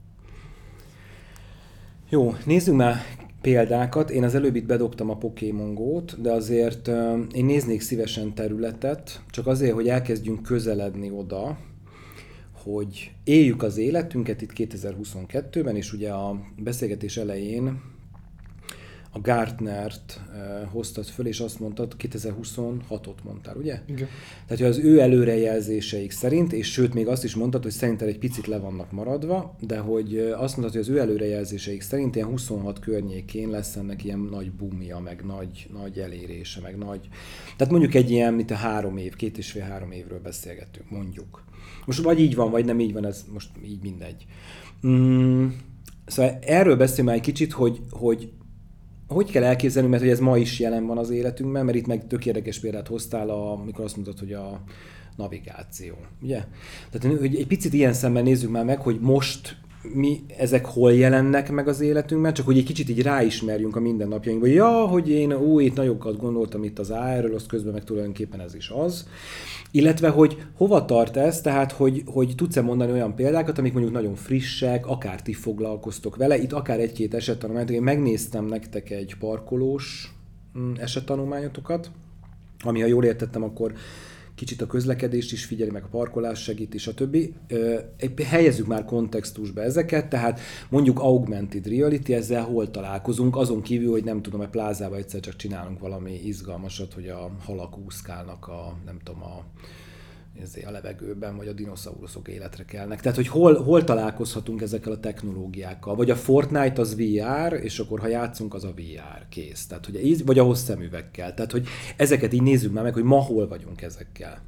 Jó, nézzünk már példákat. Én az előbb itt bedobtam a Pokémon Go-t, de azért uh, én néznék szívesen területet, csak azért, hogy elkezdjünk közeledni oda, hogy éljük az életünket itt kétezer-huszonkettőben, és ugye a beszélgetés elején a Gartnert uh, hoztad föl, és azt mondtad, kétezer-huszonhatot mondtál, ugye? Igen. Tehát, hogy az ő előrejelzéseik szerint, és sőt, még azt is mondtad, hogy szerinted egy picit le vannak maradva, de hogy azt mondtad, hogy az ő előrejelzéseik szerint ilyen huszonhat környékén lesz ennek ilyen nagy boomja, meg nagy, nagy elérése, meg nagy... Tehát mondjuk egy ilyen, mint a három év, két és fél három évről beszélgettünk, mondjuk. Most vagy így van, vagy nem így van, ez most így mindegy. Mm, szóval erről beszélj már egy kicsit, hogy, hogy hogy kell elképzelni, mert hogy ez ma is jelen van az életünkben, mert itt meg tök érdekes példát hoztál, amikor azt mondtad, hogy a navigáció, ugye? Tehát, hogy egy picit ilyen szemben nézzük már meg, hogy most mi, ezek hol jelennek meg az életünkben, csak hogy egy kicsit így ráismerjünk a mindennapjainkba. Ja, hogy én ó, itt nagyokat gondoltam itt az á erről, azt közben meg tulajdonképpen ez is az. Illetve, hogy hova tart ez, tehát, hogy, hogy tudsz-e mondani olyan példákat, amik mondjuk nagyon frissek, akár ti foglalkoztok vele, itt akár egy-két esettanulmányt, én megnéztem nektek egy parkolós esettanulmányotokat, ami, ha jól értettem, akkor kicsit a közlekedést is figyeli, meg a parkolás segíti, stb. Helyezzük már kontextusba ezeket, tehát mondjuk augmented reality, ezzel hol találkozunk, azon kívül, hogy nem tudom, a plázában egyszer csak csinálunk valami izgalmasat, hogy a halak úszkálnak a, nem tudom, a, a levegőben, vagy a dinoszauruszok életre kelnek. Tehát, hogy hol, hol találkozhatunk ezekkel a technológiákkal. Vagy a Fortnite az vé er, és akkor ha játszunk, az a vé er, kész. Tehát, hogy, vagy ahhoz szemüvegkel. Tehát, hogy ezeket így nézzük már meg, hogy ma hol vagyunk ezekkel.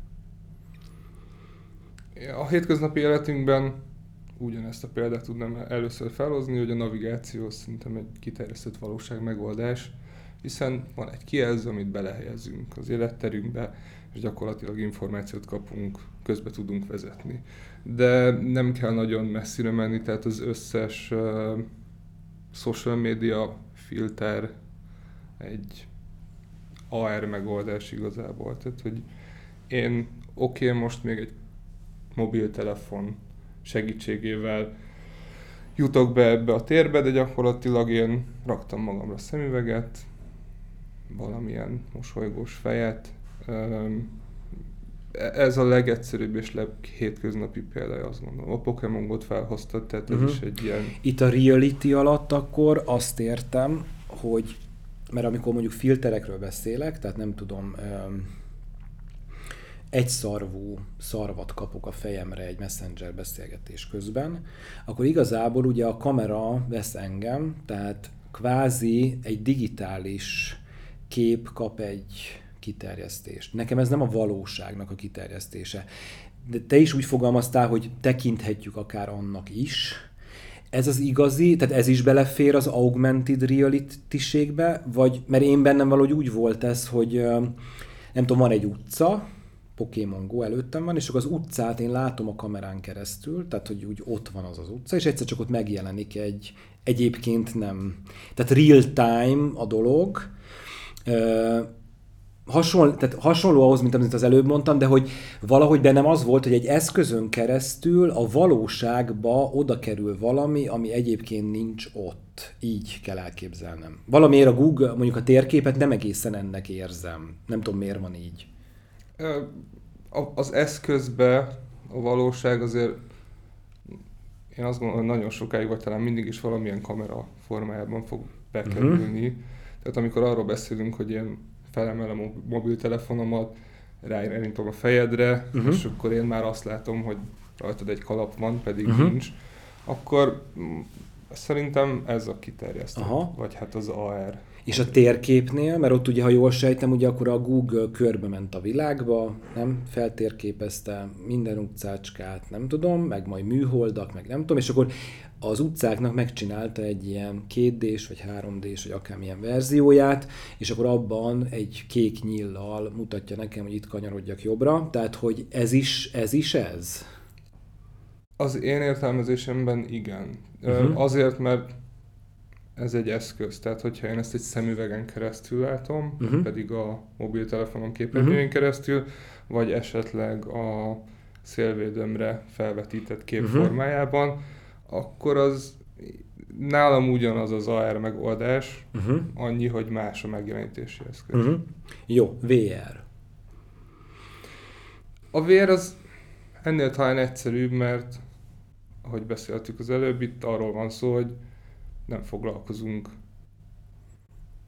A hétköznapi életünkben ugyanezt a példát tudnám először felhozni, hogy a navigáció szerintem egy kiterjesztett valóság megoldás, hiszen van egy kijelző, amit belehelyezünk az életterünkbe, és gyakorlatilag információt kapunk, közbe tudunk vezetni. De nem kell nagyon messzire menni, tehát az összes uh, social media filter egy á er megoldás igazából. Tehát, hogy én oké, okay, most még egy mobiltelefon segítségével jutok be ebbe a térbe, de gyakorlatilag én raktam magamra szemüveget, valamilyen mosolygós fejet. Ez a legegyszerűbb és leghétköznapi példája, azt gondolom. A Pokémon Go-t felhoztad, tehát ez uh-huh. is egy ilyen... Itt a reality alatt akkor azt értem, hogy, mert amikor mondjuk filterekről beszélek, tehát nem tudom, egyszarvú szarvat kapok a fejemre egy messenger beszélgetés közben, akkor igazából ugye a kamera vesz engem, tehát kvázi egy digitális kép kap egy kiterjesztést. Nekem ez nem a valóságnak a kiterjesztése. De te is úgy fogalmaztál, hogy tekinthetjük akár annak is. Ez az igazi, tehát ez is belefér az augmented reality-ségbe, vagy, mert én bennem valahogy úgy volt ez, hogy nem tudom, van egy utca, Pokémon Go előttem van, és akkor az utcát én látom a kamerán keresztül, tehát hogy úgy ott van az az utca, és egyszer csak ott megjelenik egy, egyébként nem, tehát real time a dolog, Hasonl, tehát hasonló ahhoz, mint amit az előbb mondtam, de hogy valahogy bennem az volt, hogy egy eszközön keresztül a valóságba oda kerül valami, ami egyébként nincs ott. Így kell elképzelnem. Valamiért a Google, mondjuk a térképet nem egészen ennek érzem. Nem tudom, miért van így. Az eszközbe a valóság azért, én azt gondolom, hogy nagyon sokáig, vagy talán mindig is valamilyen kamera formájában fog bekerülni. Uh-huh. Tehát amikor arról beszélünk, hogy én felemelem a mobiltelefonomat, ráirányítom a fejedre, uh-huh. és akkor én már azt látom, hogy rajtad egy kalap van, pedig uh-huh. nincs, akkor szerintem ez a kiterjesztett, vagy hát az á er. És a térképnél, mert ott ugye, ha jól sejtem, ugye akkor a Google körbe ment a világba, nem? Feltérképezte minden utcácskát, nem tudom, meg majd műholdak, meg nem tudom, és akkor az utcáknak megcsinálta egy ilyen kétdés, vagy háromdés, vagy akármilyen verzióját, és akkor abban egy kék nyíllal mutatja nekem, hogy itt kanyarodjak jobbra, tehát hogy ez is ez? Is ez? Az én értelmezésemben igen. Uh-huh. Azért, mert ez egy eszköz, tehát hogyha én ezt egy szemüvegen keresztül látom, uh-huh. pedig a mobiltelefonon képernyőjén uh-huh. keresztül, vagy esetleg a szélvédőmre felvetített kép uh-huh. formájában, akkor az nálam ugyanaz az á er megoldás, uh-huh. annyi, hogy más a megjelenítési eszköz. Uh-huh. Jó, vé er. A vé er az ennél talán egyszerűbb, mert ahogy beszéltük az előbb, itt arról van szó, hogy nem foglalkozunk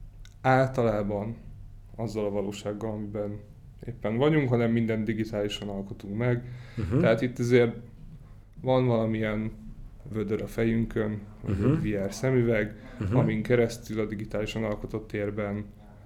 általában azzal a valósággal, amiben éppen vagyunk, hanem mindent digitálisan alkotunk meg. Uh-huh. Tehát itt azért van valamilyen vödör a fejünkön, vagy uh-huh. egy vé er szemüveg, uh-huh. amin keresztül a digitálisan alkotott térben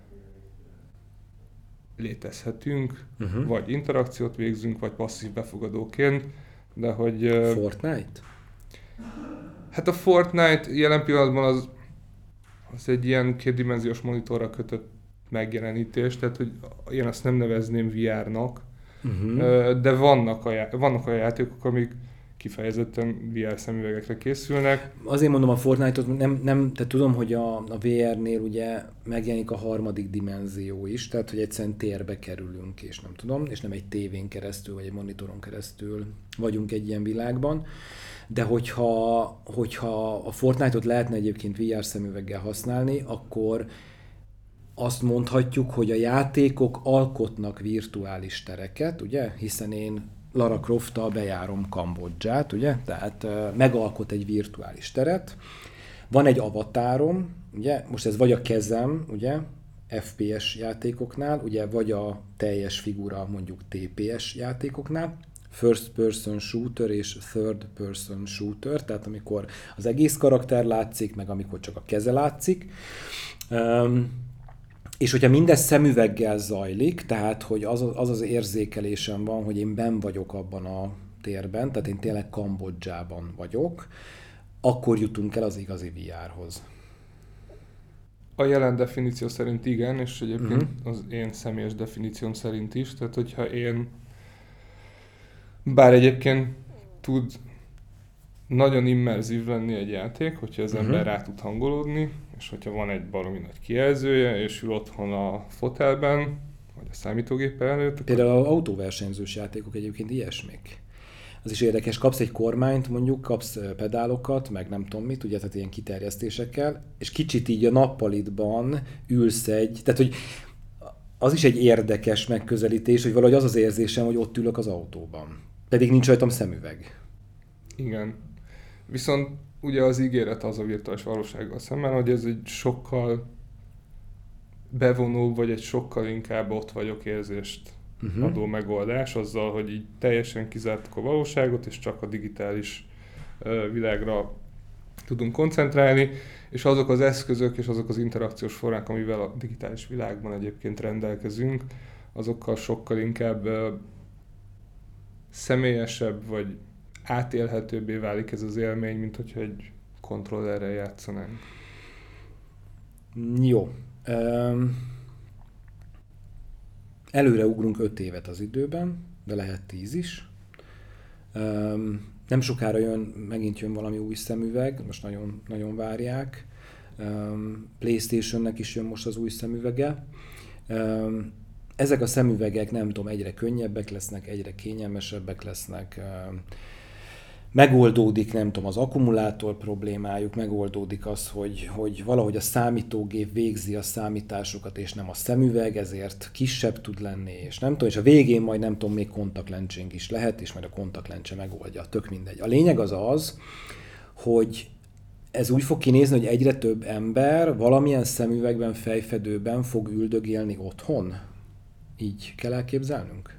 létezhetünk, uh-huh. vagy interakciót végzünk, vagy passzív befogadóként, de hogy... Fortnite? Hát a Fortnite jelen pillanatban az, az egy ilyen kétdimenziós monitorra kötött megjelenítés, tehát hogy én azt nem nevezném vé er-nak, uh-huh. de vannak, a, vannak olyan játékok, amik kifejezetten vé er szemüvegekre készülnek. Azért mondom a Fortnite-ot, nem, nem, tehát tudom, hogy a, a vé er-nél ugye megjelenik a harmadik dimenzió is, tehát hogy egyszerűen térbe kerülünk, és nem tudom, és nem egy tévén keresztül, vagy egy monitoron keresztül vagyunk egy ilyen világban. De hogyha, hogyha a Fortnite-ot lehetne egyébként vé er szemüveggel használni, akkor azt mondhatjuk, hogy a játékok alkotnak virtuális tereket, ugye? Hiszen én Lara Crofttal bejárom Kambodzsát, ugye? Tehát uh, megalkot egy virtuális teret. Van egy avatárom, ugye? Most ez vagy a kezem, ugye? ef pé es játékoknál, ugye? Vagy a teljes figura mondjuk té pé es játékoknál. First person shooter és third person shooter, tehát amikor az egész karakter látszik, meg amikor csak a keze látszik. Um, és hogyha mindez szemüveggel zajlik, tehát hogy az, az az érzékelésem van, hogy én benn vagyok abban a térben, tehát én tényleg Kambodzsában vagyok, akkor jutunk el az igazi vé er-hoz. A jelen definíció szerint igen, és egyébként uh-huh. az én személyes definícióm szerint is, tehát hogyha én bár egyébként tud nagyon immerzív lenni egy játék, hogyha az uh-huh. ember rá tud hangolódni, és hogyha van egy baromi nagy kijelzője, és ül otthon a fotelben, vagy a számítógép előtt. Például akkor... az autóversenyzős játékok egyébként ilyesmik. Az is érdekes, kapsz egy kormányt, mondjuk, kapsz pedálokat, meg nem tudom mit, ugye, tehát ilyen kiterjesztésekkel, és kicsit így a nappalitban ülsz egy, tehát hogy az is egy érdekes megközelítés, hogy valahogy az az érzésem, hogy ott ülök az autóban. Pedig nincs rajtam szemüveg. Igen. Viszont ugye az ígéret az a virtuális valósággal szemben, hogy ez egy sokkal bevonóbb, vagy egy sokkal inkább ott vagyok érzést uh-huh. adó megoldás, azzal, hogy így teljesen kizártuk a valóságot, és csak a digitális uh, világra tudunk koncentrálni, és azok az eszközök és azok az interakciós formák, amivel a digitális világban egyébként rendelkezünk, azokkal sokkal inkább uh, személyesebb, vagy átélhetőbbé válik ez az élmény, mint hogyha egy kontrollerrel játszanánk. Jó. Um, előre ugrunk öt évet az időben, de lehet tíz is. Um, nem sokára jön, megint jön valami új szemüveg, most nagyon, nagyon várják. Um, PlayStationnek is jön most az új szemüvege. Um, ezek a szemüvegek, nem tudom, egyre könnyebbek lesznek, egyre kényelmesebbek lesznek. Um, megoldódik, nem tudom, az akkumulátor problémájuk, megoldódik az, hogy, hogy valahogy a számítógép végzi a számításokat, és nem a szemüveg, ezért kisebb tud lenni, és nem tudom, és a végén majd nem tudom, még kontaktlencsénk is lehet, és majd a kontaktlencse megoldja, tök mindegy. A lényeg az az, hogy ez úgy fog kinézni, hogy egyre több ember valamilyen szemüvegben, fejfedőben fog üldögélni otthon. Így kell elképzelnünk?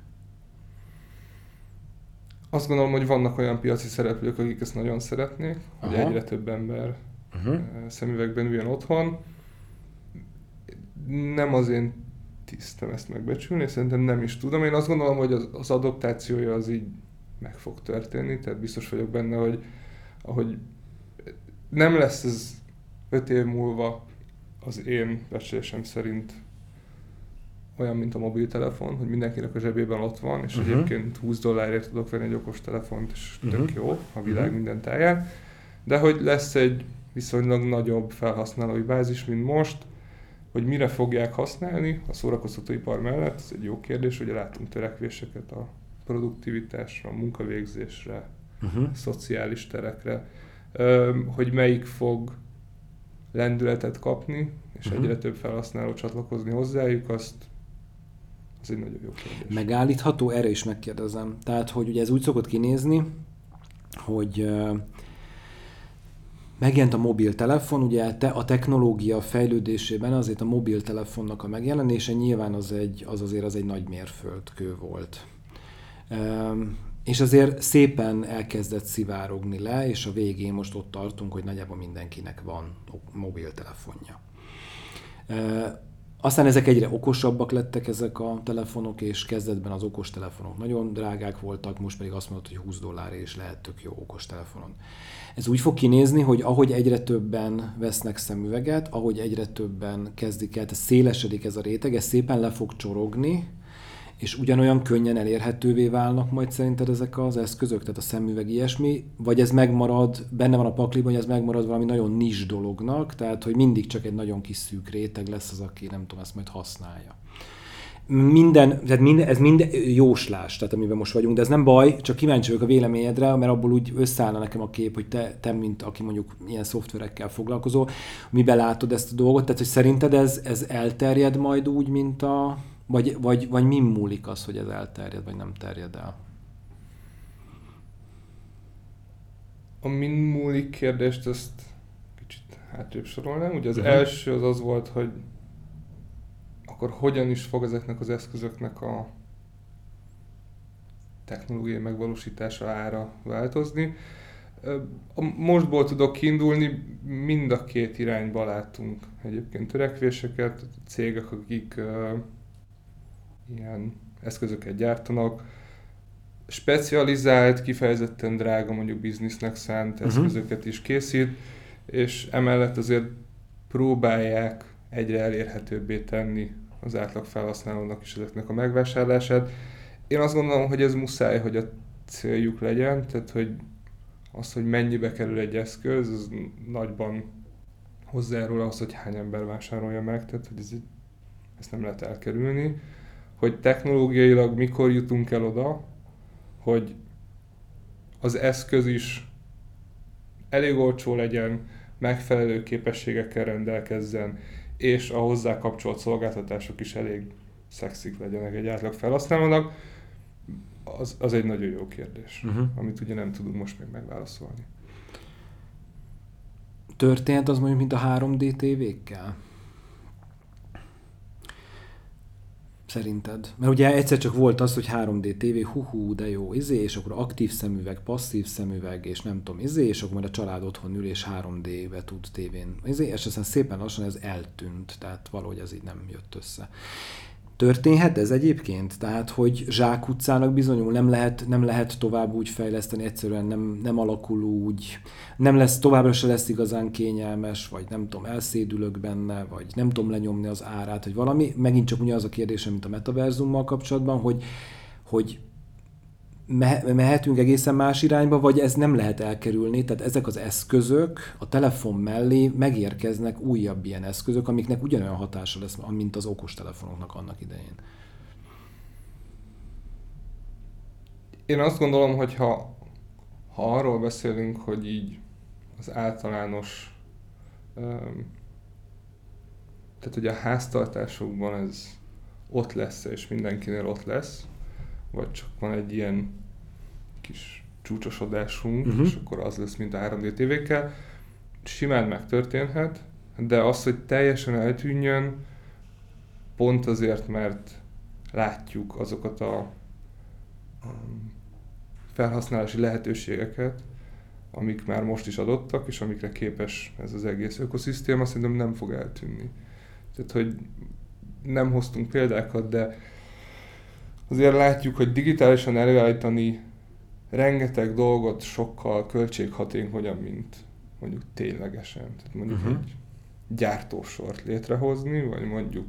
Azt gondolom, hogy vannak olyan piaci szereplők, akik ezt nagyon szeretnék, hogy Aha. egyre több ember uh-huh. szemüvegben üljön otthon. Nem az én tisztem ezt megbecsülni, szerintem nem is tudom. Én azt gondolom, hogy az, az adoptációja az így meg fog történni, tehát biztos vagyok benne, hogy ahogy nem lesz ez öt év múlva az én becslésem szerint olyan, mint a mobiltelefon, hogy mindenkinek a zsebében ott van, és uh-huh. egyébként húsz dollárért tudok venni egy okostelefont, és uh-huh. tök jó a világ uh-huh. minden táján. De hogy lesz egy viszonylag nagyobb felhasználói bázis, mint most, hogy mire fogják használni a szórakoztatóipar mellett, ez egy jó kérdés, hogy látunk törekvéseket a produktivitásra, a munkavégzésre, uh-huh. a szociális terekre, hogy melyik fog lendületet kapni, és uh-huh. egyre több felhasználó csatlakozni hozzájuk, azt az egy nagyon jó kérdés. Megállítható? Erre is megkérdezem. Tehát, hogy ugye ez úgy szokott kinézni, hogy megjelent a mobiltelefon, ugye te, a technológia fejlődésében azért a mobiltelefonnak a megjelenése nyilván az, egy, az azért az egy nagy mérföldkő volt. Um, és azért szépen elkezdett szivárogni le, és a végén most ott tartunk, hogy nagyjából mindenkinek van mobiltelefonja. Uh, aztán ezek egyre okosabbak lettek ezek a telefonok, és kezdetben az okostelefonok nagyon drágák voltak, most pedig azt mondod, hogy húsz dollárért is lehet tök jó okostelefonon. Ez úgy fog kinézni, hogy ahogy egyre többen vesznek szemüveget, ahogy egyre többen kezdik el, tehát szélesedik ez a réteg, ez szépen le fog csorogni, és ugyanolyan könnyen elérhetővé válnak majd szerinted ezek az eszközök, tehát a szemüveg ilyesmi, vagy ez megmarad, benne van a pakliban, hogy ez megmarad valami nagyon nis dolognak, tehát hogy mindig csak egy nagyon kis szűk réteg lesz az, aki nem tudom, ezt majd használja. Minden, tehát minden, ez minden jóslás, tehát amiben most vagyunk, de ez nem baj, csak kíváncsi vagyok a véleményedre, mert abból úgy összeállna nekem a kép, hogy te, te mint aki mondjuk ilyen szoftverekkel foglalkozol, miben látod ezt a dolgot, tehát hogy szerinted ez, ez elterjed majd úgy, mint a... Vagy, vagy, vagy min múlik az, hogy ez elterjed, vagy nem terjed el? A min múlik kérdést ezt kicsit hátrébb sorolnám. Ugye az uh-huh. első az az volt, hogy akkor hogyan is fog ezeknek az eszközöknek a technológiai megvalósítása, ára változni. Mostból tudok kiindulni, mind a két irányba látunk egyébként törekvéseket, cégek, akik uh, ilyen eszközöket gyártanak, specializált, kifejezetten drága, mondjuk biznisznek szánt uh-huh. eszközöket is készít, és emellett azért próbálják egyre elérhetőbbé tenni az átlag felhasználónak is ezeknek a megvásárlását. Én azt gondolom, hogy ez muszáj, hogy a céljuk legyen, tehát hogy az, hogy mennyibe kerül egy eszköz, az nagyban hozzájárul ahhoz, hogy hány ember vásárolja meg, tehát hogy ez, ezt nem lehet elkerülni. Hogy technológiailag mikor jutunk el oda, hogy az eszköz is elég olcsó legyen, megfelelő képességekkel rendelkezzen, és a hozzá kapcsolt szolgáltatások is elég szexik legyenek egy átlag felhasználónak, az, az egy nagyon jó kérdés, uh-huh. amit ugye nem tudunk most még megválaszolni. Történt az mondjuk, mint a három dé tévékkel? Szerinted? Mert ugye egyszer csak volt az, hogy három dé tévé, hú-hú, de jó, izé, és akkor aktív szemüveg, passzív szemüveg, és nem tudom, izé, és akkor majd a család otthon ül, és három dé-be tud tévén, izé, és aztán szépen lassan ez eltűnt, tehát valahogy ez így nem jött össze. Történhet ez egyébként? Tehát, hogy zsákutcának bizonyul nem lehet, nem lehet tovább úgy fejleszteni, egyszerűen nem, nem alakul úgy, nem lesz, továbbra se lesz igazán kényelmes, vagy nem tudom, elszédülök benne, vagy nem tudom lenyomni az árát, vagy valami. Megint csak ugyanaz a kérdésem, mint a metaverzummal kapcsolatban, hogy, hogy mehetünk egészen más irányba, vagy ez nem lehet elkerülni, tehát ezek az eszközök a telefon mellé megérkeznek újabb ilyen eszközök, amiknek ugyanolyan hatása lesz, mint az okostelefonoknak annak idején. Én azt gondolom, hogy ha, ha arról beszélünk, hogy így az általános, tehát hogy a háztartásokban ez ott lesz, és mindenkinél ott lesz, vagy csak van egy ilyen kis csúcsosodásunk, uh-huh. és akkor az lesz, mint a három dé tévékkel. Simán megtörténhet, de az, hogy teljesen eltűnjön, pont azért, mert látjuk azokat a um, felhasználási lehetőségeket, amik már most is adottak, és amikre képes ez az egész ökoszisztéma, szerintem nem fog eltűnni. Tehát, hogy nem hoztunk példákat, de azért látjuk, hogy digitálisan előállítani rengeteg dolgot sokkal költséghatékonyabb, mint mondjuk ténylegesen. Tehát mondjuk uh-huh. egy gyártósort létrehozni, vagy mondjuk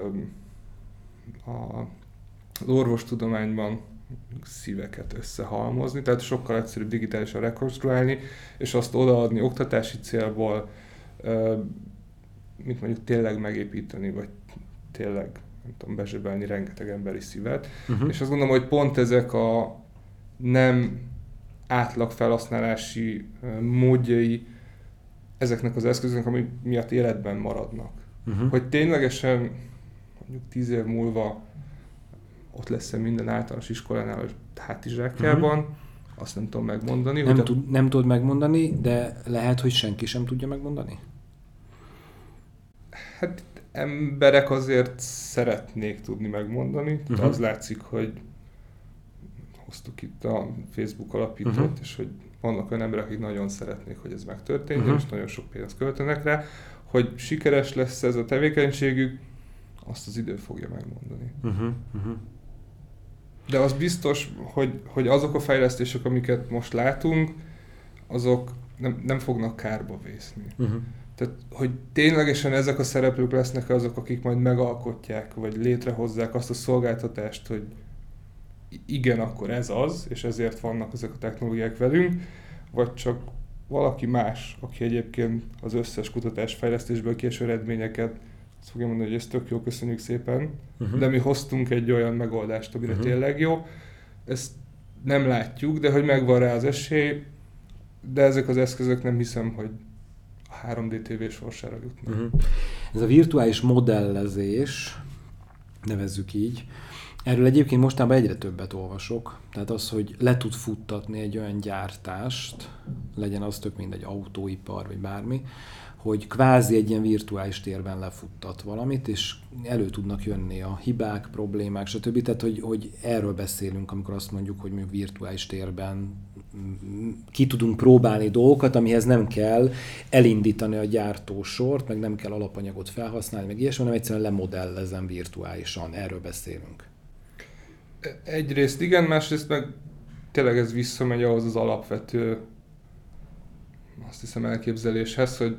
uh, az orvostudományban szíveket összehalmozni, tehát sokkal egyszerűbb digitálisan rekonstruálni, és azt odaadni oktatási célból, uh, mint mondjuk tényleg megépíteni, vagy tényleg nem tudom, bezsebelni rengeteg emberi szívet. Uh-huh. És azt gondolom, hogy pont ezek a nem átlag felhasználási uh, módjai ezeknek az eszközöknek, ami miatt életben maradnak. Uh-huh. Hogy ténylegesen mondjuk tíz év múlva ott lesz minden általános iskolánál a hátizsákjában, uh-huh. azt nem tudom megmondani. Nem, hogy tud, a... nem tudod megmondani, de lehet, hogy senki sem tudja megmondani? Hát emberek azért szeretnék tudni megmondani. Uh-huh. Az látszik, hogy hoztuk itt a Facebook alapítót, uh-huh. és hogy vannak olyan emberek, akik nagyon szeretnék, hogy ez megtörténjen, uh-huh. és nagyon sok pénzt költenek rá. Hogy sikeres lesz ez a tevékenységük, azt az idő fogja megmondani. Uh-huh. Uh-huh. De az biztos, hogy, hogy azok a fejlesztések, amiket most látunk, azok nem, nem fognak kárba vészni. Uh-huh. Tehát, hogy ténylegesen ezek a szereplők lesznek azok, akik majd megalkotják, vagy létrehozzák azt a szolgáltatást, hogy igen, akkor ez az, és ezért vannak ezek a technológiák velünk, vagy csak valaki más, aki egyébként az összes kutatásfejlesztésből kieső eredményeket azt fogja mondani, hogy ez tök jó, köszönjük szépen, uh-huh. de mi hoztunk egy olyan megoldást, amire uh-huh. tényleg jó. Ezt nem látjuk, de hogy megvan rá az esély, de ezek az eszközök nem hiszem, hogy a három dé té vé sorsára jutnak. Uh-huh. Ez a virtuális modellezés, nevezzük így, erről egyébként mostanában egyre többet olvasok, tehát az, hogy le tud futtatni egy olyan gyártást, legyen az tök mindegy autóipar, vagy bármi, hogy kvázi egy ilyen virtuális térben lefuttat valamit, és elő tudnak jönni a hibák, problémák, stb. Tehát, hogy, hogy erről beszélünk, amikor azt mondjuk, hogy mi virtuális térben ki tudunk próbálni dolgokat, amihez nem kell elindítani a gyártósort, meg nem kell alapanyagot felhasználni, meg ilyesmi, hanem egyszerűen lemodellezem virtuálisan. Erről beszélünk. Egyrészt igen, másrészt meg tényleg ez visszamegy ahhoz az alapvető, azt hiszem, elképzeléshez, hogy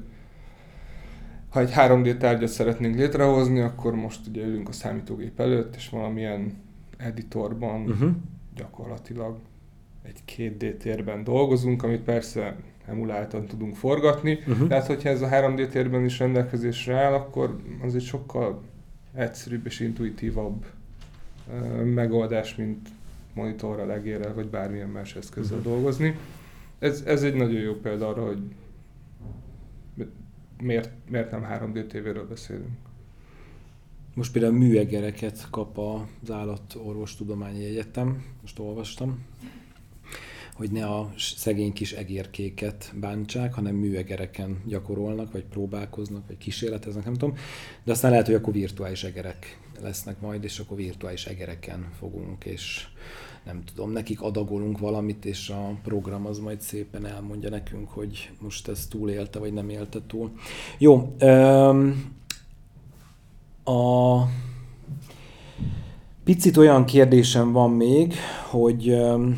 ha egy három dé tárgyat szeretnénk létrehozni, akkor most ugye ülünk a számítógép előtt, és valamilyen editorban uh-huh. gyakorlatilag egy két dé térben dolgozunk, amit persze emuláltan tudunk forgatni, uh-huh. tehát hogyha ez a három dé térben is rendelkezésre áll, akkor az egy sokkal egyszerűbb és intuitívabb uh, megoldás, mint monitorral, legérrel, vagy bármilyen más eszközzel uh-huh. dolgozni. Ez, ez egy nagyon jó példa arra, hogy miért, miért nem három dé tévéről beszélünk. Most például műegereket kap az Állatorvostudományi Egyetem, most olvastam, hogy ne a szegény kis egérkéket bántsák, hanem műegereken gyakorolnak, vagy próbálkoznak, vagy kísérleteznek, nem tudom. De aztán lehet, hogy akkor virtuális egerek lesznek majd, és akkor virtuális egereken fogunk, és nem tudom, nekik adagolunk valamit, és a program az majd szépen elmondja nekünk, hogy most ez túlélte, vagy nem élte túl. Jó, a picit olyan kérdésem van még, hogy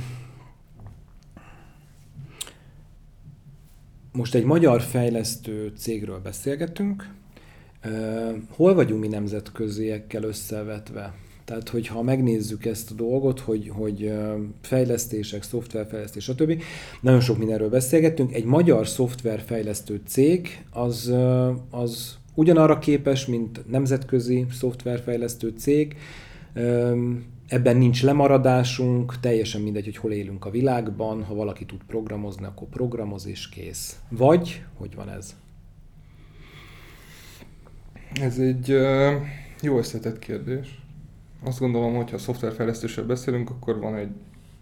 most egy magyar fejlesztő cégről beszélgetünk, hol vagyunk mi nemzetköziekkel összevetve? Tehát, hogyha megnézzük ezt a dolgot, hogy, hogy fejlesztések, szoftverfejlesztés, stb. Nagyon sok mindenről beszélgettünk. Egy magyar szoftverfejlesztő cég az, az ugyanarra képes, mint nemzetközi szoftverfejlesztő cég. Ebben nincs lemaradásunk, teljesen mindegy, hogy hol élünk a világban. Ha valaki tud programozni, akkor programoz és kész. Vagy, hogy van ez? Ez egy uh, jó összetett kérdés. Azt gondolom, hogy ha szoftverfejlesztésről beszélünk, akkor van egy...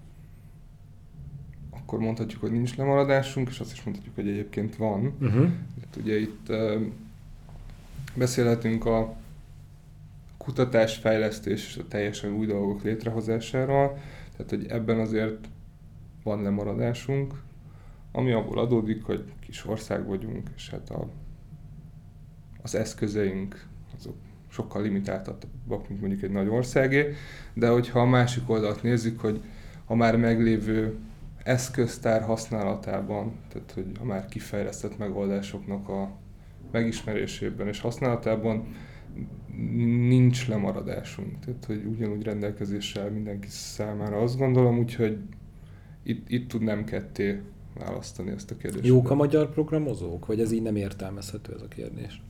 Akkor mondhatjuk, hogy nincs lemaradásunk, és azt is mondhatjuk, hogy egyébként van. Uh-huh. Itt, ugye itt uh, beszélhetünk a kutatásfejlesztés és a teljesen új dolgok létrehozásáról, tehát hogy ebben azért van lemaradásunk, ami abból adódik, hogy kis ország vagyunk, és hát a, az eszközeink azok sokkal limitáltabbak, mint mondjuk egy nagy országé, de hogyha a másik oldalt nézzük, hogy a már meglévő eszköztár használatában, tehát hogy a már kifejlesztett megoldásoknak a megismerésében és használatában nincs lemaradásunk, tehát hogy ugyanúgy rendelkezéssel mindenki számára, azt gondolom, úgyhogy itt, itt tudnám ketté választani ezt a kérdést. Jók a magyar programozók, vagy ez így nem értelmezhető ez a kérdés?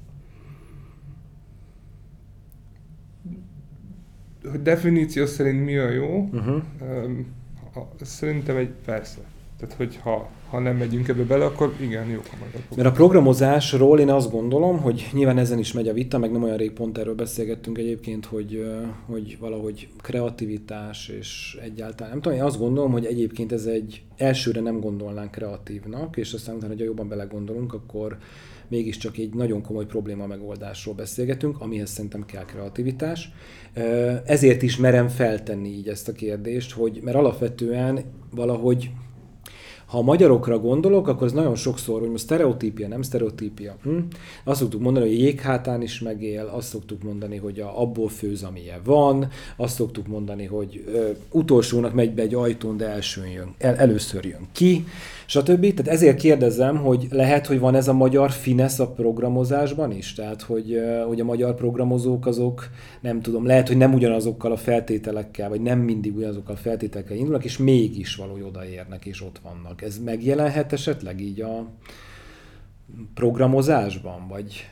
Hogy definíció szerint mi a jó? Uh-huh. Szerintem egy persze. Tehát, hogy ha, ha nem megyünk ebbe bele, akkor igen, jó a magyar. Mert a programozásról én azt gondolom, hogy nyilván ezen is megy a vita, meg nem olyan rég pont erről beszélgettünk egyébként, hogy, hogy valahogy kreativitás és egyáltalán, nem tudom, én azt gondolom, hogy egyébként ez egy elsőre nem gondolnánk kreatívnak, és aztán utána, ha jobban belegondolunk, akkor mégiscsak egy nagyon komoly probléma megoldásról beszélgetünk, amihez szerintem kell kreativitás. Ezért is merem feltenni így ezt a kérdést, hogy, mert alapvetően valahogy, ha a magyarokra gondolok, akkor ez nagyon sokszor, hogy most sztereotípia, nem sztereotípia. Hm? Azt szoktuk mondani, hogy a jéghátán is megél, azt szoktuk mondani, hogy a, abból főz, amilyen van, azt szoktuk mondani, hogy ö, utolsónak megy be egy ajtón, de elsőn jön, el, először jön ki, stb. Tehát ezért kérdezem, hogy lehet, hogy van ez a magyar finesz a programozásban is? Tehát, hogy, ö, hogy a magyar programozók azok, nem tudom, lehet, hogy nem ugyanazokkal a feltételekkel, vagy nem mindig ugyanazokkal a feltételekkel indulnak, és mégis valahogy odaérnek, és ott vannak. Ez megjelenhet esetleg így a programozásban, vagy?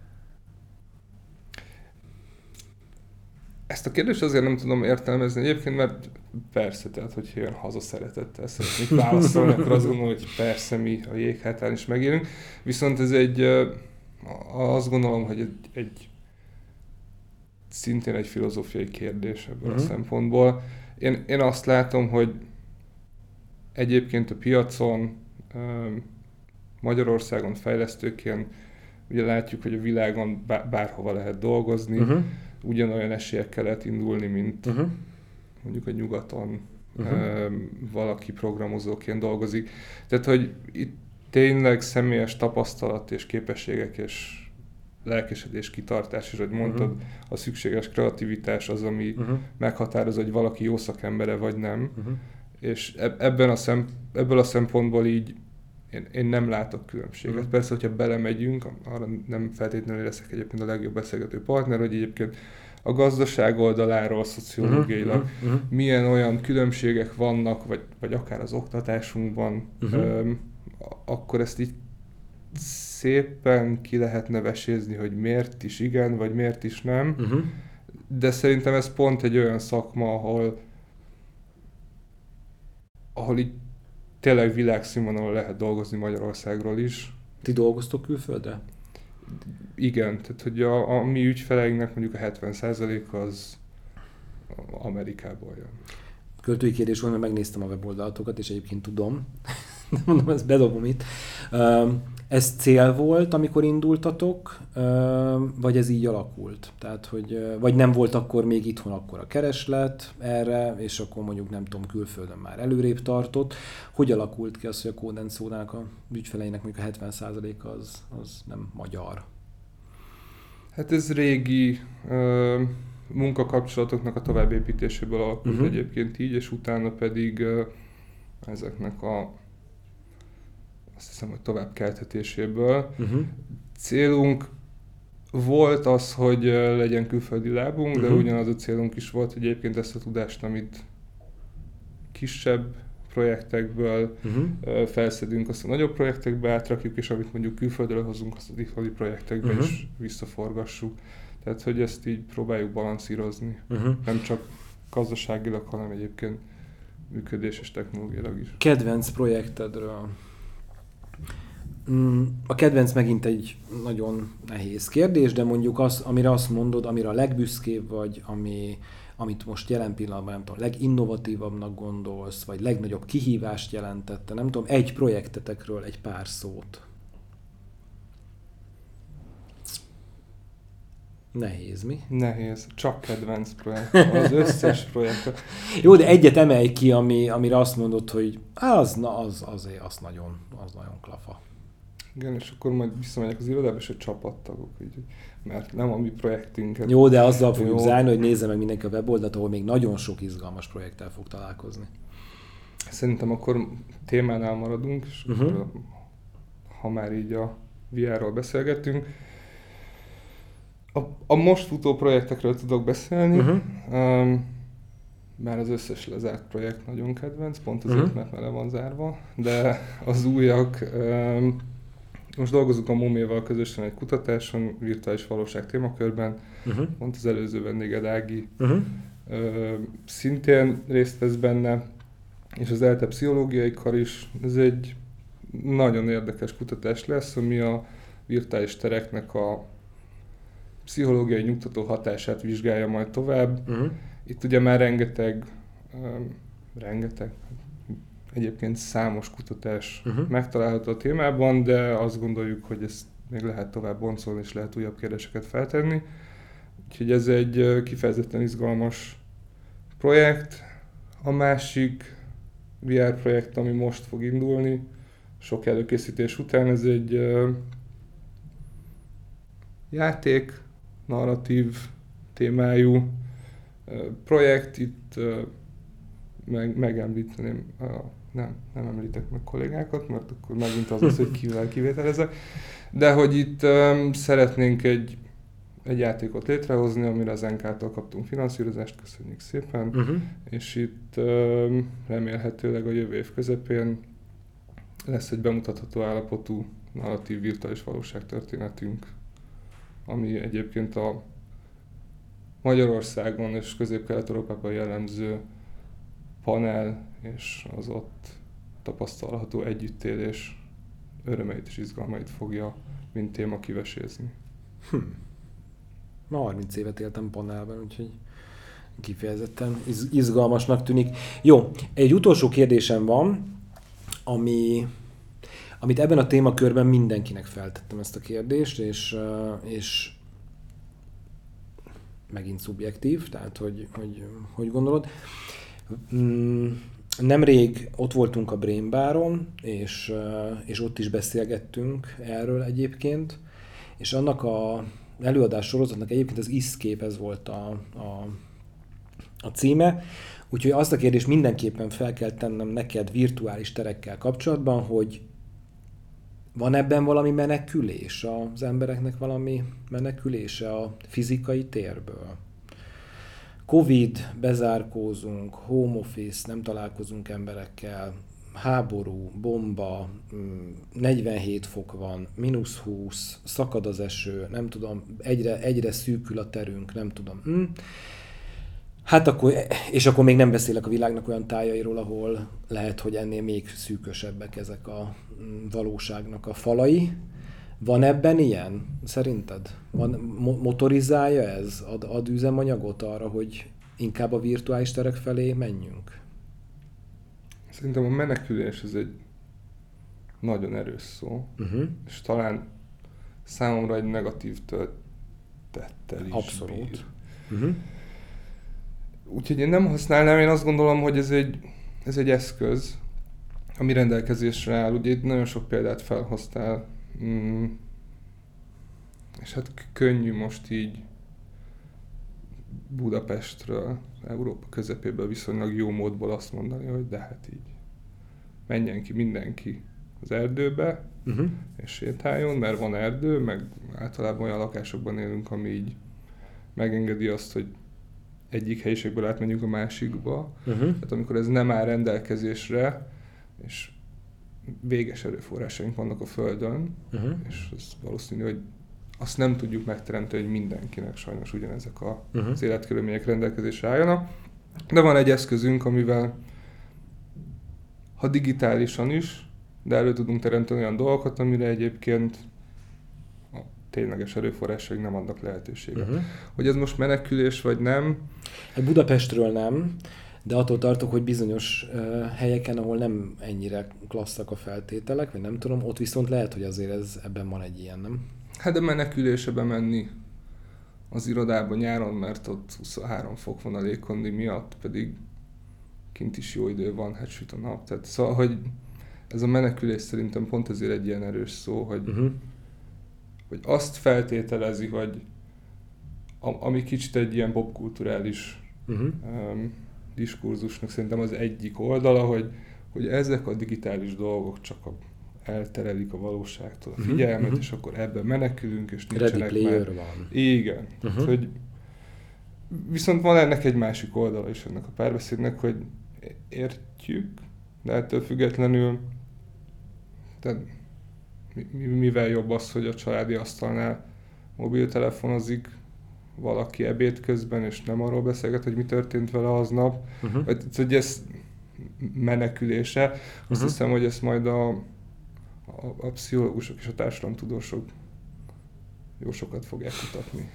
Ezt a kérdést azért nem tudom értelmezni egyébként, mert persze, tehát hogy ilyen hazaszeretettel szeretnék válaszolni, akkor azt gondolom, hogy persze mi a jéghátán is megélünk. Viszont ez egy, azt gondolom, hogy egy, egy szintén egy filozófiai kérdés ebből uh-huh. a szempontból. Én, én azt látom, hogy egyébként a piacon, Magyarországon fejlesztőként ugye látjuk, hogy a világon bárhova lehet dolgozni, uh-huh. ugyanolyan esélyekkel lehet indulni, mint uh-huh. mondjuk a nyugaton uh-huh. valaki programozóként dolgozik. Tehát, hogy itt tényleg személyes tapasztalat és képességek és lelkesedés, kitartás, és hogy mondtad, uh-huh. a szükséges kreativitás az, ami uh-huh. meghatározza, hogy valaki jó szakembere vagy nem. Uh-huh. És ebben a szem, ebből a szempontból így én, én nem látok különbséget. Mm. Persze, hogyha belemegyünk, arra nem feltétlenül leszek egyébként a legjobb beszélgető partner, hogy egyébként a gazdaság oldaláról, szociológiailag mm-hmm. milyen olyan különbségek vannak, vagy, vagy akár az oktatásunkban, mm-hmm. öm, akkor ezt így szépen ki lehetne vesézni, hogy miért is igen, vagy miért is nem. Mm-hmm. De szerintem ez pont egy olyan szakma, ahol ahol így tényleg világszínvonalon lehet dolgozni Magyarországról is. Ti dolgoztok külföldre? Igen, tehát hogy a, a mi ügyfeleinknek mondjuk a hetven százalék az Amerikából jön. Költői kérdés volt, mert megnéztem a weboldalatokat, és egyébként tudom. Nem mondom, ezt bedobom itt. Ez cél volt, amikor indultatok, vagy ez így alakult? Tehát, hogy vagy nem volt akkor még itthon akkor a kereslet erre, és akkor mondjuk nem tudom, külföldön már előrébb tartott. Hogy alakult ki az, hogy a Codensónak a ügyfeleinek mondjuk a hetven százaléka az, az nem magyar? Hát ez régi uh, munkakapcsolatoknak a továbbépítéséből alakult uh-huh. egyébként így, és utána pedig uh, ezeknek a azt hiszem, hogy továbbkeltetéséből. Uh-huh. Célunk volt az, hogy legyen külföldi lábunk, uh-huh. de ugyanaz a célunk is volt, hogy egyébként ezt a tudást, amit kisebb projektekből uh-huh. felszedünk, azt a nagyobb projektekbe átrakjuk, és amit mondjuk külföldről hozunk, azt az itthoni projektekbe uh-huh. is visszaforgassuk. Tehát, hogy ezt így próbáljuk balanszírozni. Uh-huh. Nem csak gazdaságilag, hanem egyébként működés és technológiailag is. Kedvenc projektedről? A kedvenc megint egy nagyon nehéz kérdés, de mondjuk az, amire azt mondod, amire a legbüszkébb vagy, ami, amit most jelen pillanatban nem tudom, leginnovatívabbnak gondolsz, vagy legnagyobb kihívást jelentette, nem tudom, egy projektetekről egy pár szót. Nehéz, mi? Nehéz. Csak kedvenc projekt. Az összes projekt. Jó, de egyet emelj ki, ami, amire azt mondod, hogy az, na, az, azért, az nagyon, az nagyon klafa. Igen, és akkor majd visszamegyek az irodába, és egy csapattagok, így, mert nem a mi projektünket. Jó, de azzal fogjuk zárni, hogy nézze meg mindenki a weboldalt, ahol még nagyon sok izgalmas projekttel fog találkozni. Szerintem akkor témánál maradunk, és uh-huh. akkor, ha már így a vé er-ről beszélgettünk. A, a most futó projektekről tudok beszélni, uh-huh. um, bár az összes lezárt projekt nagyon kedvenc, pont azért, uh-huh. mert vele van zárva, de az újak, um, most dolgozunk a Moméval közösen egy kutatáson, virtuális valóság témakörben, uh-huh. pont az előző vendéged Ági uh-huh. uh, szintén részt vesz benne, és az ELTE pszichológiai kar is. Ez egy nagyon érdekes kutatás lesz, ami a virtuális tereknek a pszichológiai nyugtató hatását vizsgálja majd tovább. Uh-huh. Itt ugye már rengeteg, um, rengeteg, egyébként számos kutatás uh-huh. megtalálható a témában, de azt gondoljuk, hogy ezt még lehet tovább boncolni, és lehet újabb kérdéseket feltenni. Úgyhogy ez egy kifejezetten izgalmas projekt. A másik vé er projekt, ami most fog indulni, sok előkészítés után, ez egy uh, játék, narratív témájú uh, projekt. Itt uh, meg, megemlíteném, uh, nem, nem említek meg kollégákat, mert akkor megint az az, hogy kivel kivételezek, de hogy itt um, szeretnénk egy, egy játékot létrehozni, amire az en ká-tól kaptunk finanszírozást, köszönjük szépen, uh-huh. és itt um, remélhetőleg a jövő év közepén lesz egy bemutatható állapotú narratív virtuális valóságtörténetünk, ami egyébként a Magyarországon és Közép-Kelet-Európában jellemző panel és az ott tapasztalható együttélés örömeit és izgalmait fogja mint téma kivesézni. Hm. Ma harminc évet éltem panelben, úgyhogy kifejezetten iz- izgalmasnak tűnik. Jó, egy utolsó kérdésem van, ami, amit ebben a témakörben mindenkinek feltettem ezt a kérdést, és, és megint szubjektív, tehát hogy, hogy, hogy gondolod. Nemrég ott voltunk a Brain Baron, és, és ott is beszélgettünk erről egyébként, és annak a előadás sorozatnak egyébként az Escape, ez volt a, a, a címe, úgyhogy azt a kérdést mindenképpen fel kell tennem neked virtuális terekkel kapcsolatban, hogy van ebben valami menekülés, az embereknek valami menekülése a fizikai térből? Covid, bezárkózunk, home office, nem találkozunk emberekkel, háború, bomba, negyvenhét fok van, mínusz húsz, szakad az eső, nem tudom, egyre, egyre szűkül a terünk, nem tudom. Hm. Hát akkor, és akkor még nem beszélek a világnak olyan tájairól, ahol lehet, hogy ennél még szűkösebbek ezek a valóságnak a falai. Van ebben ilyen, szerinted? Van, mo- motorizálja ez? Ad, ad üzemanyagot arra, hogy inkább a virtuális terek felé menjünk? Szerintem a menekülés ez egy nagyon erős szó, uh-huh. és talán számomra egy negatív töltettel is Abszolút. bír. Uh-huh. Úgyhogy én nem használnám, én azt gondolom, hogy ez egy, ez egy eszköz, ami rendelkezésre áll. Ugye itt nagyon sok példát felhoztál, mm. és hát könnyű most így Budapestről, Európa közepéből viszonylag jó módból azt mondani, hogy de hát így menjen ki mindenki az erdőbe, uh-huh. és sétáljon, mert van erdő, meg általában olyan lakásokban élünk, ami így megengedi azt, hogy egyik helyiségből átmenjünk a másikba. Uh-huh. Tehát amikor ez nem áll rendelkezésre, és véges erőforrásaink vannak a Földön, uh-huh. és ez valószínű, hogy azt nem tudjuk megteremteni, hogy mindenkinek sajnos ugyanezek a, uh-huh. az életkörülmények rendelkezésre álljanak. De van egy eszközünk, amivel ha digitálisan is, de elő tudunk teremteni olyan dolgokat, amire egyébként a tényleges erőforrásaink nem adnak lehetőséget. Uh-huh. Hogy ez most menekülés vagy nem? Hát Budapestről nem, de attól tartok, hogy bizonyos uh, helyeken, ahol nem ennyire klasszak a feltételek, vagy nem tudom, ott viszont lehet, hogy azért ez, ebben van egy ilyen, nem? Hát de menekülésbe menni az irodába nyáron, mert ott huszonhárom fok van a légkondi miatt, pedig kint is jó idő van, hát süt a nap. Tehát szóval, hogy ez a menekülés szerintem pont ezért egy ilyen erős szó, hogy, uh-huh. hogy azt feltételezi, hogy a, ami kicsit egy ilyen popkulturális uh-huh. um, diskurzusnak szerintem az egyik oldala, hogy, hogy ezek a digitális dolgok csak a, elterelik a valóságtól a figyelmet, uh-huh. és akkor ebben menekülünk, és nincsenek már... van. Igen. Uh-huh. Hogy viszont van ennek egy másik oldala is ennek a párbeszédnek, hogy értjük, de ettől függetlenül tehát mivel jobb az, hogy a családi asztalnál mobiltelefonozik valaki ebéd közben, és nem arról beszélget, hogy mi történt vele aznap. Uh-huh. Hogy ez menekülése. Azt uh-huh. hiszem, hogy ezt majd a, a, a pszichológusok és a társadalomtudósok jó sokat fogják kutatni.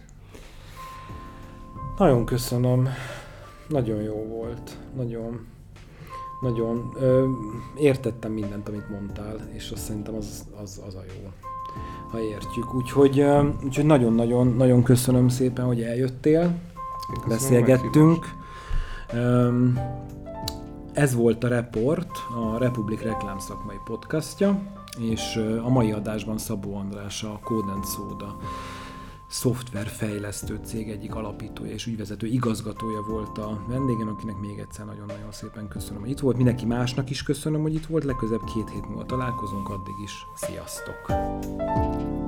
Nagyon köszönöm. Nagyon jó volt. Nagyon, nagyon ö, értettem mindent, amit mondtál, és azt szerintem az, az, az a jó, ha értjük. Úgyhogy, ö, úgyhogy nagyon-nagyon nagyon köszönöm szépen, hogy eljöttél. Beszélgettünk. Ö, ez volt a Report, a Republik reklámszakmai podcastja, és a mai adásban Szabó András, a Code and Soda szoftverfejlesztő cég egyik alapítója és ügyvezető igazgatója volt a vendégem, akinek még egyszer nagyon-nagyon szépen köszönöm, hogy itt volt. Mindenki másnak is köszönöm, hogy itt volt. Legközelebb két hét múlva találkozunk, addig is sziasztok!